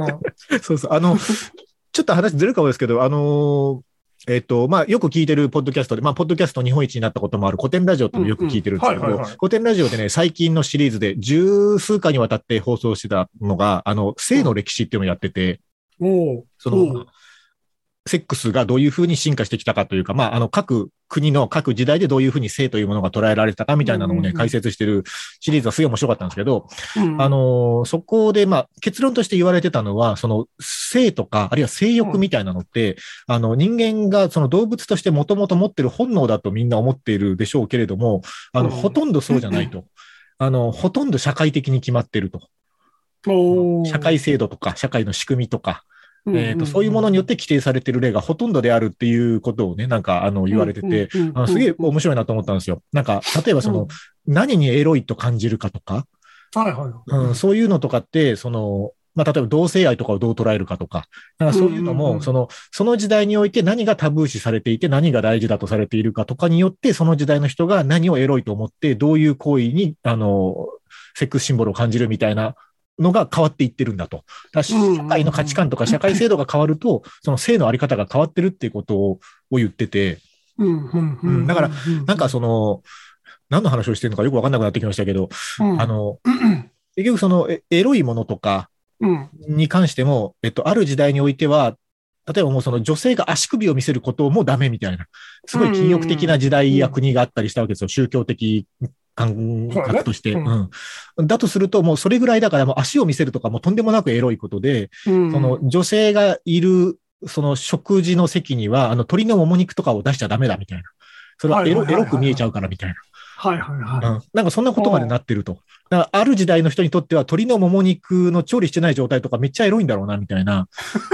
S2: うん、そうそう。あの、ちょっと話ずれるかもですけど、あのー、えっと、まあ、よく聞いてるポッドキャストで、まあ、ポッドキャスト日本一になったこともある古典ラジオっていうのをよく聞いてるんですけど、古典ラジオでね、最近のシリーズで十数回にわたって放送してたのが、あの、性の歴史っていうのをやってて、
S3: うん、
S2: その、セックスがどういうふうに進化してきたかというか、まあ、あの、各国の各時代でどういうふうに性というものが捉えられたかみたいなのをね、解説してるシリーズはすごい面白かったんですけど、うん、あの、そこで、まあ、結論として言われてたのは、その、性とか、あるいは性欲みたいなのって、うん、あの、人間がその動物としてもともと持ってる本能だとみんな思っているでしょうけれども、あの、うん、ほとんどそうじゃないと。あの、ほとんど社会的に決まってると。社会制度とか、社会の仕組みとか、えっと、そういうものによって規定されている例がほとんどであるっていうことをね、なんか、あの、言われてて、あのすげえ面白いなと思ったんですよ。なんか、例えばその、何にエロいと感じるかとか、
S3: はいはい。
S2: うん、そういうのとかって、その、まあ、例えば同性愛とかをどう捉えるかとか、なんかそういうのも、その、その時代において何がタブー視されていて何が大事だとされているかとかによって、その時代の人が何をエロいと思って、どういう行為に、あの、セックスシンボルを感じるみたいな、のが変わっていってるんだと。だ社会の価値観とか社会制度が変わると、その性のあり方が変わってるっていうことを言ってて。だから、なんかその、何の話をしてるのかよくわかんなくなってきましたけど、うん、あの、結局そのエロいものとかに関しても、えっと、ある時代においては、例えばもうその女性が足首を見せることもダメみたいな、すごい禁欲的な時代や国があったりしたわけですよ。宗教的感覚として、ねうんうん。だとすると、もうそれぐらいだからもう足を見せるとかもとんでもなくエロいことで、うん、その女性がいる、その食事の席には、あの鶏のもも肉とかを出しちゃダメだみたいな。それはエロ、エロく見えちゃうからみたいな。
S3: はいはいはい。
S2: うん。なんかそんなことまでなってると。だからある時代の人にとっては鶏のもも肉の調理してない状態とかめっちゃエロいんだろうなみたいな。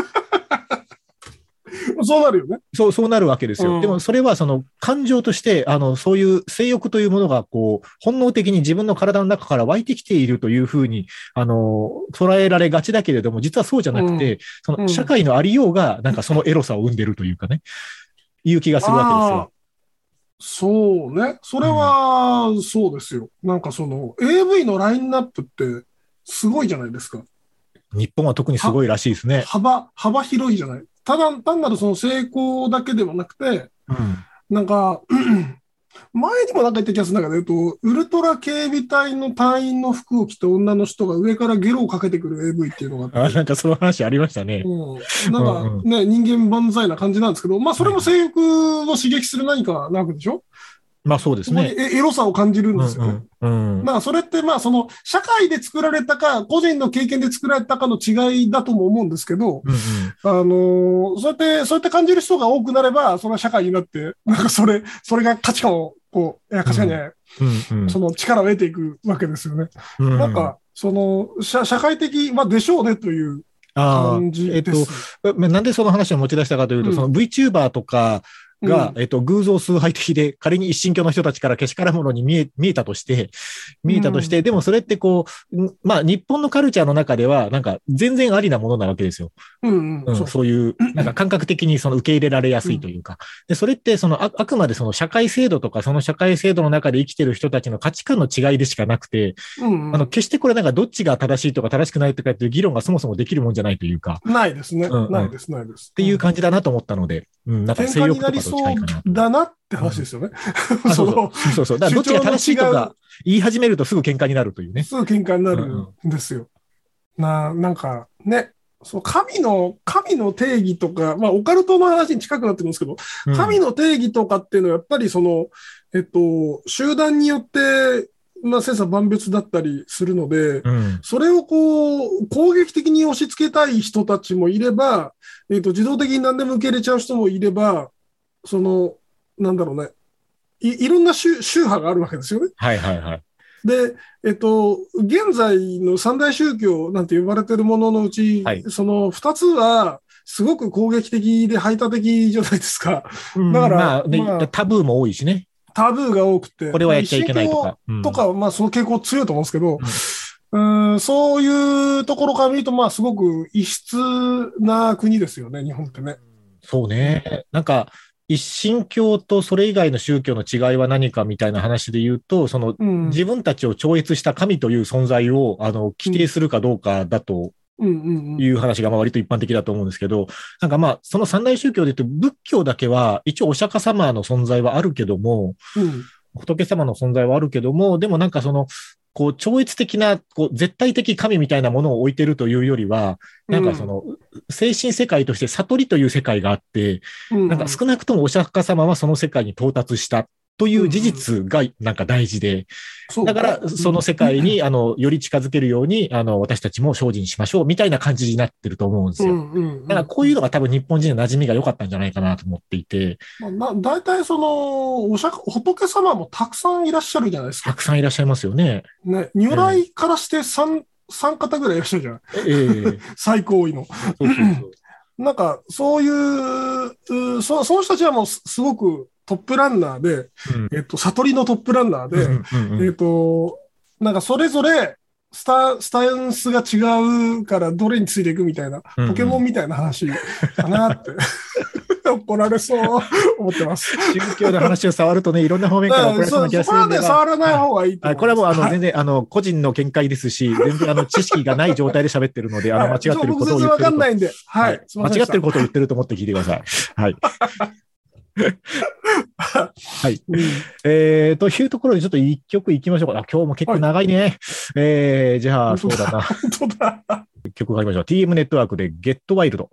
S3: そうなるよね。
S2: そう、そうなるわけですよ。うん、でも、それは、その、感情として、あの、そういう性欲というものが、こう、本能的に自分の体の中から湧いてきているというふうに、あの、捉えられがちだけれども、実はそうじゃなくて、うん、その、社会のありようが、なんかそのエロさを生んでるというかね、いう気がするわけです
S3: よ。そうね。それは、そうですよ。なんかその、エーブイ のラインナップって、すごいじゃないですか。
S2: 日本は特にすごいらしいですね。
S3: 幅、幅広いじゃない。ただ、単なるその成功だけではなくて、うん、なんか、前にもなんか言った気がするんだけど、ウルトラ警備隊の隊員の服を着た女の人が上からゲロをかけてくる エーブイ っていうのがあって。
S2: あ、なんかその話ありましたね。
S3: うん、なんかね、うんうん、人間万歳な感じなんですけど、まあそれも性欲を刺激する何かなわけでしょ。
S2: まあそうですね。
S3: エロさを感じるんですよね。
S2: うんうん、
S3: まあそれってまあその社会で作られたか、個人の経験で作られたかの違いだとも思うんですけど、うんうん、あのー、そうやって、そうやって感じる人が多くなれば、それは社会になって、なんかそれ、それが価値観を、こう、いや価値観じゃない、うんうん、その力を得ていくわけですよね。うんうん、なんか、その、社、社会的、まあでしょうねという感じです。
S2: えっと、なんでその話を持ち出したかというと、うん、その VTuber とか、が、うん、えっと、偶像崇拝的で、仮に一神教の人たちからけしからんものに見え、見えたとして、見えたとして、うん、でもそれってこう、まあ、日本のカルチャーの中では、なんか、全然ありなものなわけですよ。
S3: うんうん
S2: うん、そう、そういう、なんか感覚的にその受け入れられやすいというか。うん、で、それってそのあ、あくまでその社会制度とか、その社会制度の中で生きてる人たちの価値観の違いでしかなくて、うんうん、あの、決してこれなんかどっちが正しいとか正しくないとかっていう議論がそもそもできるもんじゃないというか。
S3: ないですね。
S2: うんうん、
S3: ないです、ないです。
S2: っていう感じだなと思ったので、うん、なんか性欲とかと近いかな。
S3: だなって話ですよね。
S2: うん、そうそう。そうそう。だからどっちが正しいとか言い始めるとすぐ喧嘩になるというね。
S3: すぐ喧嘩になるんですよ。うんうん、な、なんかね、そう神の、神の定義とか、まあオカルトの話に近くなってるんですけど、うん、神の定義とかっていうのはやっぱりその、えっと、集団によって、まあ、千差万別だったりするので、うん、それをこう、攻撃的に押し付けたい人たちもいれば、えっと、自動的に何でも受け入れちゃう人もいれば、その、なんだろうね。い、いろんな宗、宗派があるわけですよね。
S2: はいはいはい。
S3: で、えっと、現在の三大宗教なんて呼ばれてるもののうち、はい、その二つは、すごく攻撃的で排他的じゃないですか。
S2: うん、だから、まあねまあ、タブーも多いしね。
S3: タブーが多くて。
S2: これはやっちゃいけないとか。
S3: とか、まあその傾向強いと思うんですけど、うん、 うん、そういうところから見ると、まあ、すごく異質な国ですよね、日本ってね。
S2: そうね。なんか、一神教とそれ以外の宗教の違いは何かみたいな話で言うと、その、
S3: うん、
S2: 自分たちを超越した神という存在を、あの、規定するかどうかだと
S3: うんうんうん、
S2: いう話がまあ割と一般的だと思うんですけど、なんかまあ、その三大宗教で言うと、仏教だけは、一応お釈迦様の存在はあるけども、
S3: うん、
S2: 仏様の存在はあるけども、でもなんかその、こう、超越的な、こう、絶対的神みたいなものを置いてるというよりは、なんかその、精神世界として悟りという世界があって、
S3: うん、
S2: なんか少なくともお釈迦様はその世界に到達したという事実がなんか大事で、だからその世界に、あの、より近づけるように、あの、私たちも精進しましょうみたいな感じになってると思うんですよ。だからこういうのが多分日本人の馴染みが良かったんじゃないかなと思っていて。
S3: まあ、大体その、お釈迦、仏様もたくさんいらっしゃるじゃないですか。
S2: たくさんいらっしゃいますよね。
S3: ね、如来からして三、三方ぐらいいらっしゃるじゃん。ええー、最高位の。そうそうそう。なんか、そういう、そその人たちはもうすごくトップランナーで、うん、えっと、悟りのトップランナーで、うんうんうん、えっと、なんかそれぞれスタ、スタンスが違うからどれについていくみたいな、うんうん、ポケモンみたいな話かなって。怒られそう思ってます。
S2: 宗教の話を触るとね、いろんな方面から怒られそうな気がするんで。
S3: そこはね、触らない方がいいと思います。
S2: これはもう、あの、全然、あの、個人の見解ですし、全然、あの、知識がない状態で喋ってるので、あの、間違ってることを言ってると。僕全然わかん
S3: ないんで、はい。
S2: 間違ってることを言ってると思って聞いてください。はい。はい。うん、えー、というところでちょっと一曲いきましょうか。あ、今日も結構長いね。はい、えー、じゃあ、そうだな。
S3: 本当だ。
S2: 曲がありましょう。ティーエム ネットワークで Get Wild。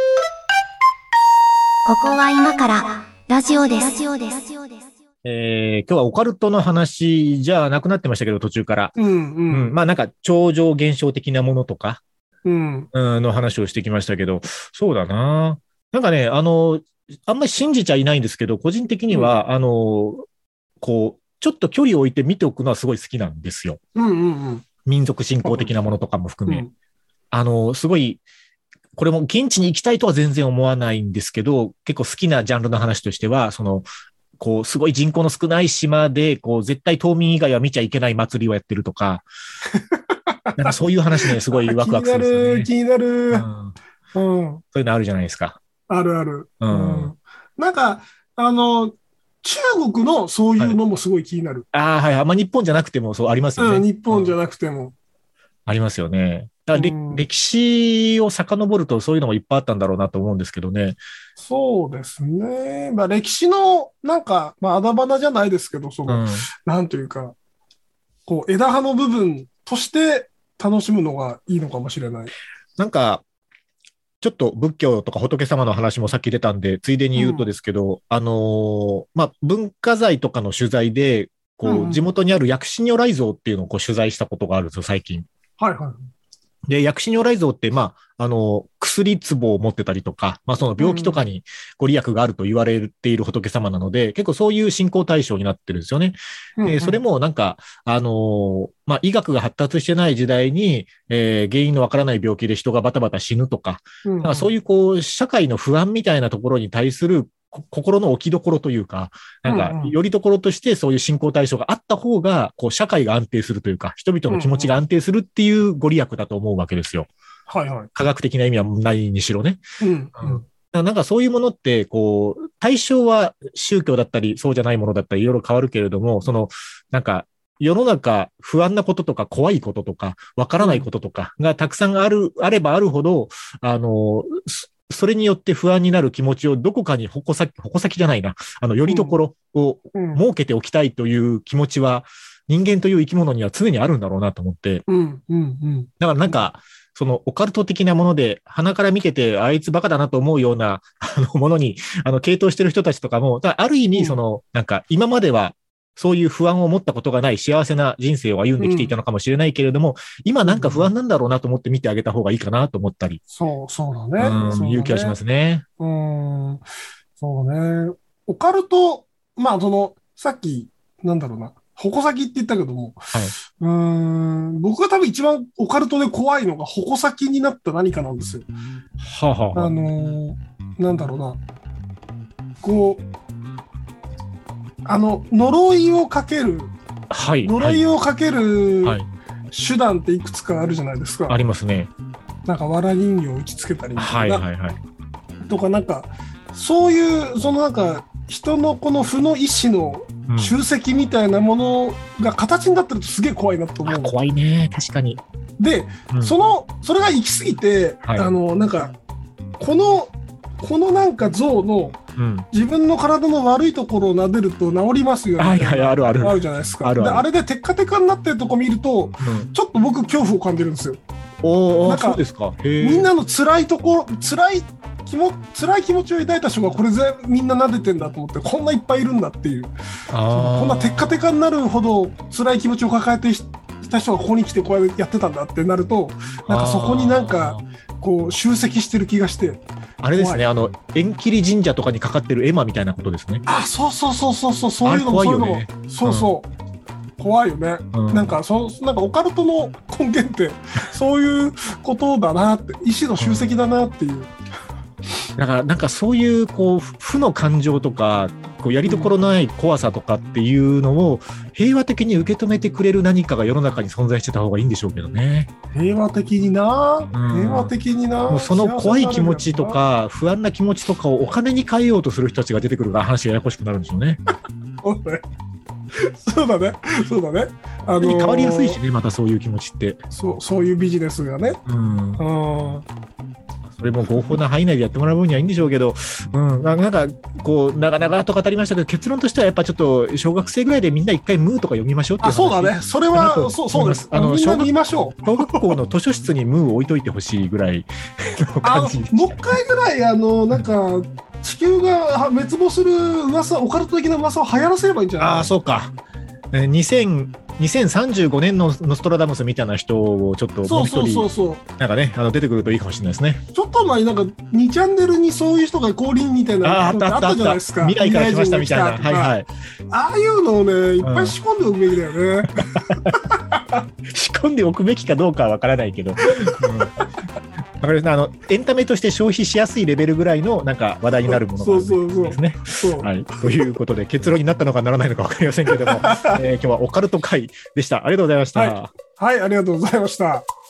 S1: ここは今からラジオです。
S2: えー、今日はオカルトの話じゃなくなってましたけど、途中から。
S3: うんうんうん、
S2: まあなんか超常現象的なものとか、
S3: うん、
S2: の話をしてきましたけど、そうだな。なんかね、あの、あんまり信じちゃいないんですけど、個人的には、うん、あの、こう、ちょっと距離を置いて見ておくのはすごい好きなんですよ。
S3: うんうんうん、
S2: 民族信仰的なものとかも含め。うん、あの、すごい、これも現地に行きたいとは全然思わないんですけど、結構好きなジャンルの話としては、その、こう、すごい人口の少ない島で、こう、絶対島民以外は見ちゃいけない祭りをやってるとか、なんかそういう話ね、すごいワクワクするんですよね。
S3: 気になる、気になる。うん。うん、
S2: そういうのあるじゃないですか。
S3: あるある。
S2: うん。
S3: うん、なんか、あの、中国のそういうのもすごい気になる。
S2: はい、ああ、はい。あんま日本じゃなくてもそうありますよね。
S3: うん、日本じゃなくても。うん、
S2: ありますよね。だから、うん、歴史を遡るとそういうのもいっぱいあったんだろうなと思うんですけどね。
S3: そうですね。まあ歴史のなんか、まああだ花じゃないですけど、その、うん、なんというか、こう枝葉の部分として楽しむのがいいのかもしれない。
S2: なんか、ちょっと仏教とか仏様の話もさっき出たんで、ついでに言うとですけど、うん、あのー、まあ、文化財とかの取材で、こう、うん、地元にある薬師如来像っていうのをこう取材したことがあるんですよ、最近。
S3: はいはい。
S2: で、薬師如来像って、まあ、あの、薬壺を持ってたりとか、まあ、その病気とかにご利益があると言われている仏様なので、うん、結構そういう信仰対象になってるんですよね。うんうん、で、それもなんか、あの、まあ、医学が発達してない時代に、えー、原因のわからない病気で人がバタバタ死ぬとか、うんうん、なんかそういうこう、社会の不安みたいなところに対する心の置きどころというか、なんか、よりどころとしてそういう信仰対象があった方が、こう、社会が安定するというか、人々の気持ちが安定するっていうご利益だと思うわけですよ。
S3: はいはい。
S2: 科学的な意味はないにしろね。
S3: うん、
S2: うん。なんかそういうものって、こう、対象は宗教だったり、そうじゃないものだったり、いろいろ変わるけれども、その、なんか、世の中不安なこととか怖いこととか、わからないこととかがたくさんある、あればあるほど、あの、それによって不安になる気持ちをどこかに矛先、矛先じゃないな、あの、よりどころを設けておきたいという気持ちは、人間という生き物には常にあるんだろうなと思って。
S3: うんうんうん、
S2: だからなんか、そのオカルト的なもので、鼻から見てて、あいつバカだなと思うような、あの、ものに、あの、傾倒してる人たちとかも、ある意味、その、なんか、今までは、そういう不安を持ったことがない幸せな人生を歩んできていたのかもしれないけれども、うん、今なんか不安なんだろうなと思って見てあげた方がいいかなと思ったり。
S3: そう、そうだね。
S2: うん、
S3: そうだね、
S2: いう気がしますね。
S3: うん、そうね。オカルト、まあ、その、さっき、なんだろうな、矛先って言ったけども、
S2: はい、
S3: うーん、僕が多分一番オカルトで怖いのが矛先になった何かなんですよ。
S2: はあはあ、
S3: あのー、なんだろうな、こう、あの、呪いをかける、
S2: はい、
S3: 呪いをかける、
S2: はい、
S3: 手段っていくつかあるじゃないですか。
S2: ありますね。
S3: なんか藁人形を打ちつけたりみたいな、
S2: はいはいはい。
S3: とかなんかそういうそのなんか人のこの負の意志の集積みたいなものが形になってるとすげえ怖いなと思う、
S2: うん、怖いね確かに。
S3: で、うん、そのそれが行き過ぎて、はい、あのなんかこのこのなんか像の、うん、自分の体の悪いところを撫でると治りますよね、あるあるあるじゃないですか。あるあるであれでテッカテカになってるとこ見ると、うん、ちょっと僕恐怖を感じるんですよ。
S2: おなんかそうですか。へ
S3: みんなの辛いところ辛い気も辛い気持ちを抱いた人がこれ全部みんな撫でてんだと思って、こんないっぱいいるんだっていう、あこんなテッカテカになるほど辛い気持ちを抱えてた人がここに来てこうやってたんだってなると、なんかそこになんかこう集積してる気がして。
S2: あれですね、あの縁切り神社とかにかかってる絵馬みたいなことですね。
S3: あ、そうそうそうそうそう、そういうのもそういうのも、そうそう、うん、怖いよね。うん、なんかそなんかオカルトの根源ってそういうことだなって、意志の集積だなっていう。うん、
S2: だからなんかそういうこう負の感情とかこうやりどころのない怖さとかっていうのを平和的に受け止めてくれる何かが世の中に存在してた方がいいんでしょうけどね。
S3: 平和的にな、うん、平和的にな。
S2: もうその怖い気持ちとか不安な気持ちとかをお金に変えようとする人たちが出てくるから話がややこしくなるんでしょうね。
S3: そうだね、そうだね。
S2: あのー、変わりやすいしね、またそういう気持ちって。
S3: そう、そういうビジネスがね。うん。うん、
S2: それも合法な範囲内でやってもらう分にはいいんでしょうけど、うん、なんかこう長々と語りましたけど、結論としてはやっぱちょっと小学生ぐらいでみんな一回ムーとか読みましょうっていう話。あ、
S3: そうだね。それはそうそうです。あのみんな見ましょう。
S2: 小学校の図書室にムーを置いといてほしいぐらいの感じ。
S3: もう一回ぐらいあのなんか地球が滅亡する噂、オカルト的な噂を流行らせればいいんじゃない？
S2: ああ、そうか。にせんさんじゅうごねんのノストラダムスみたいな人をちょっともう一人なんかね、あの出てくるといいかもしれないですね。
S3: ちょっと前になんかにチャンネルにそういう人が降臨みたいな
S2: あったあったじゃないですか。未来から来ましたみたいな、はいはい。
S3: ああいうのをねいっぱい仕込んでおくべきだよね。うん、
S2: 仕込んでおくべきかどうかはわからないけど。うんあのエンタメとして消費しやすいレベルぐらいのなんか話題になるものがですね。はい、ということで結論になったのかならないのか分かりませんけれども、えー、今日はオカルト会でした。ありがとうございました。
S3: はい、はい、ありがとうございました。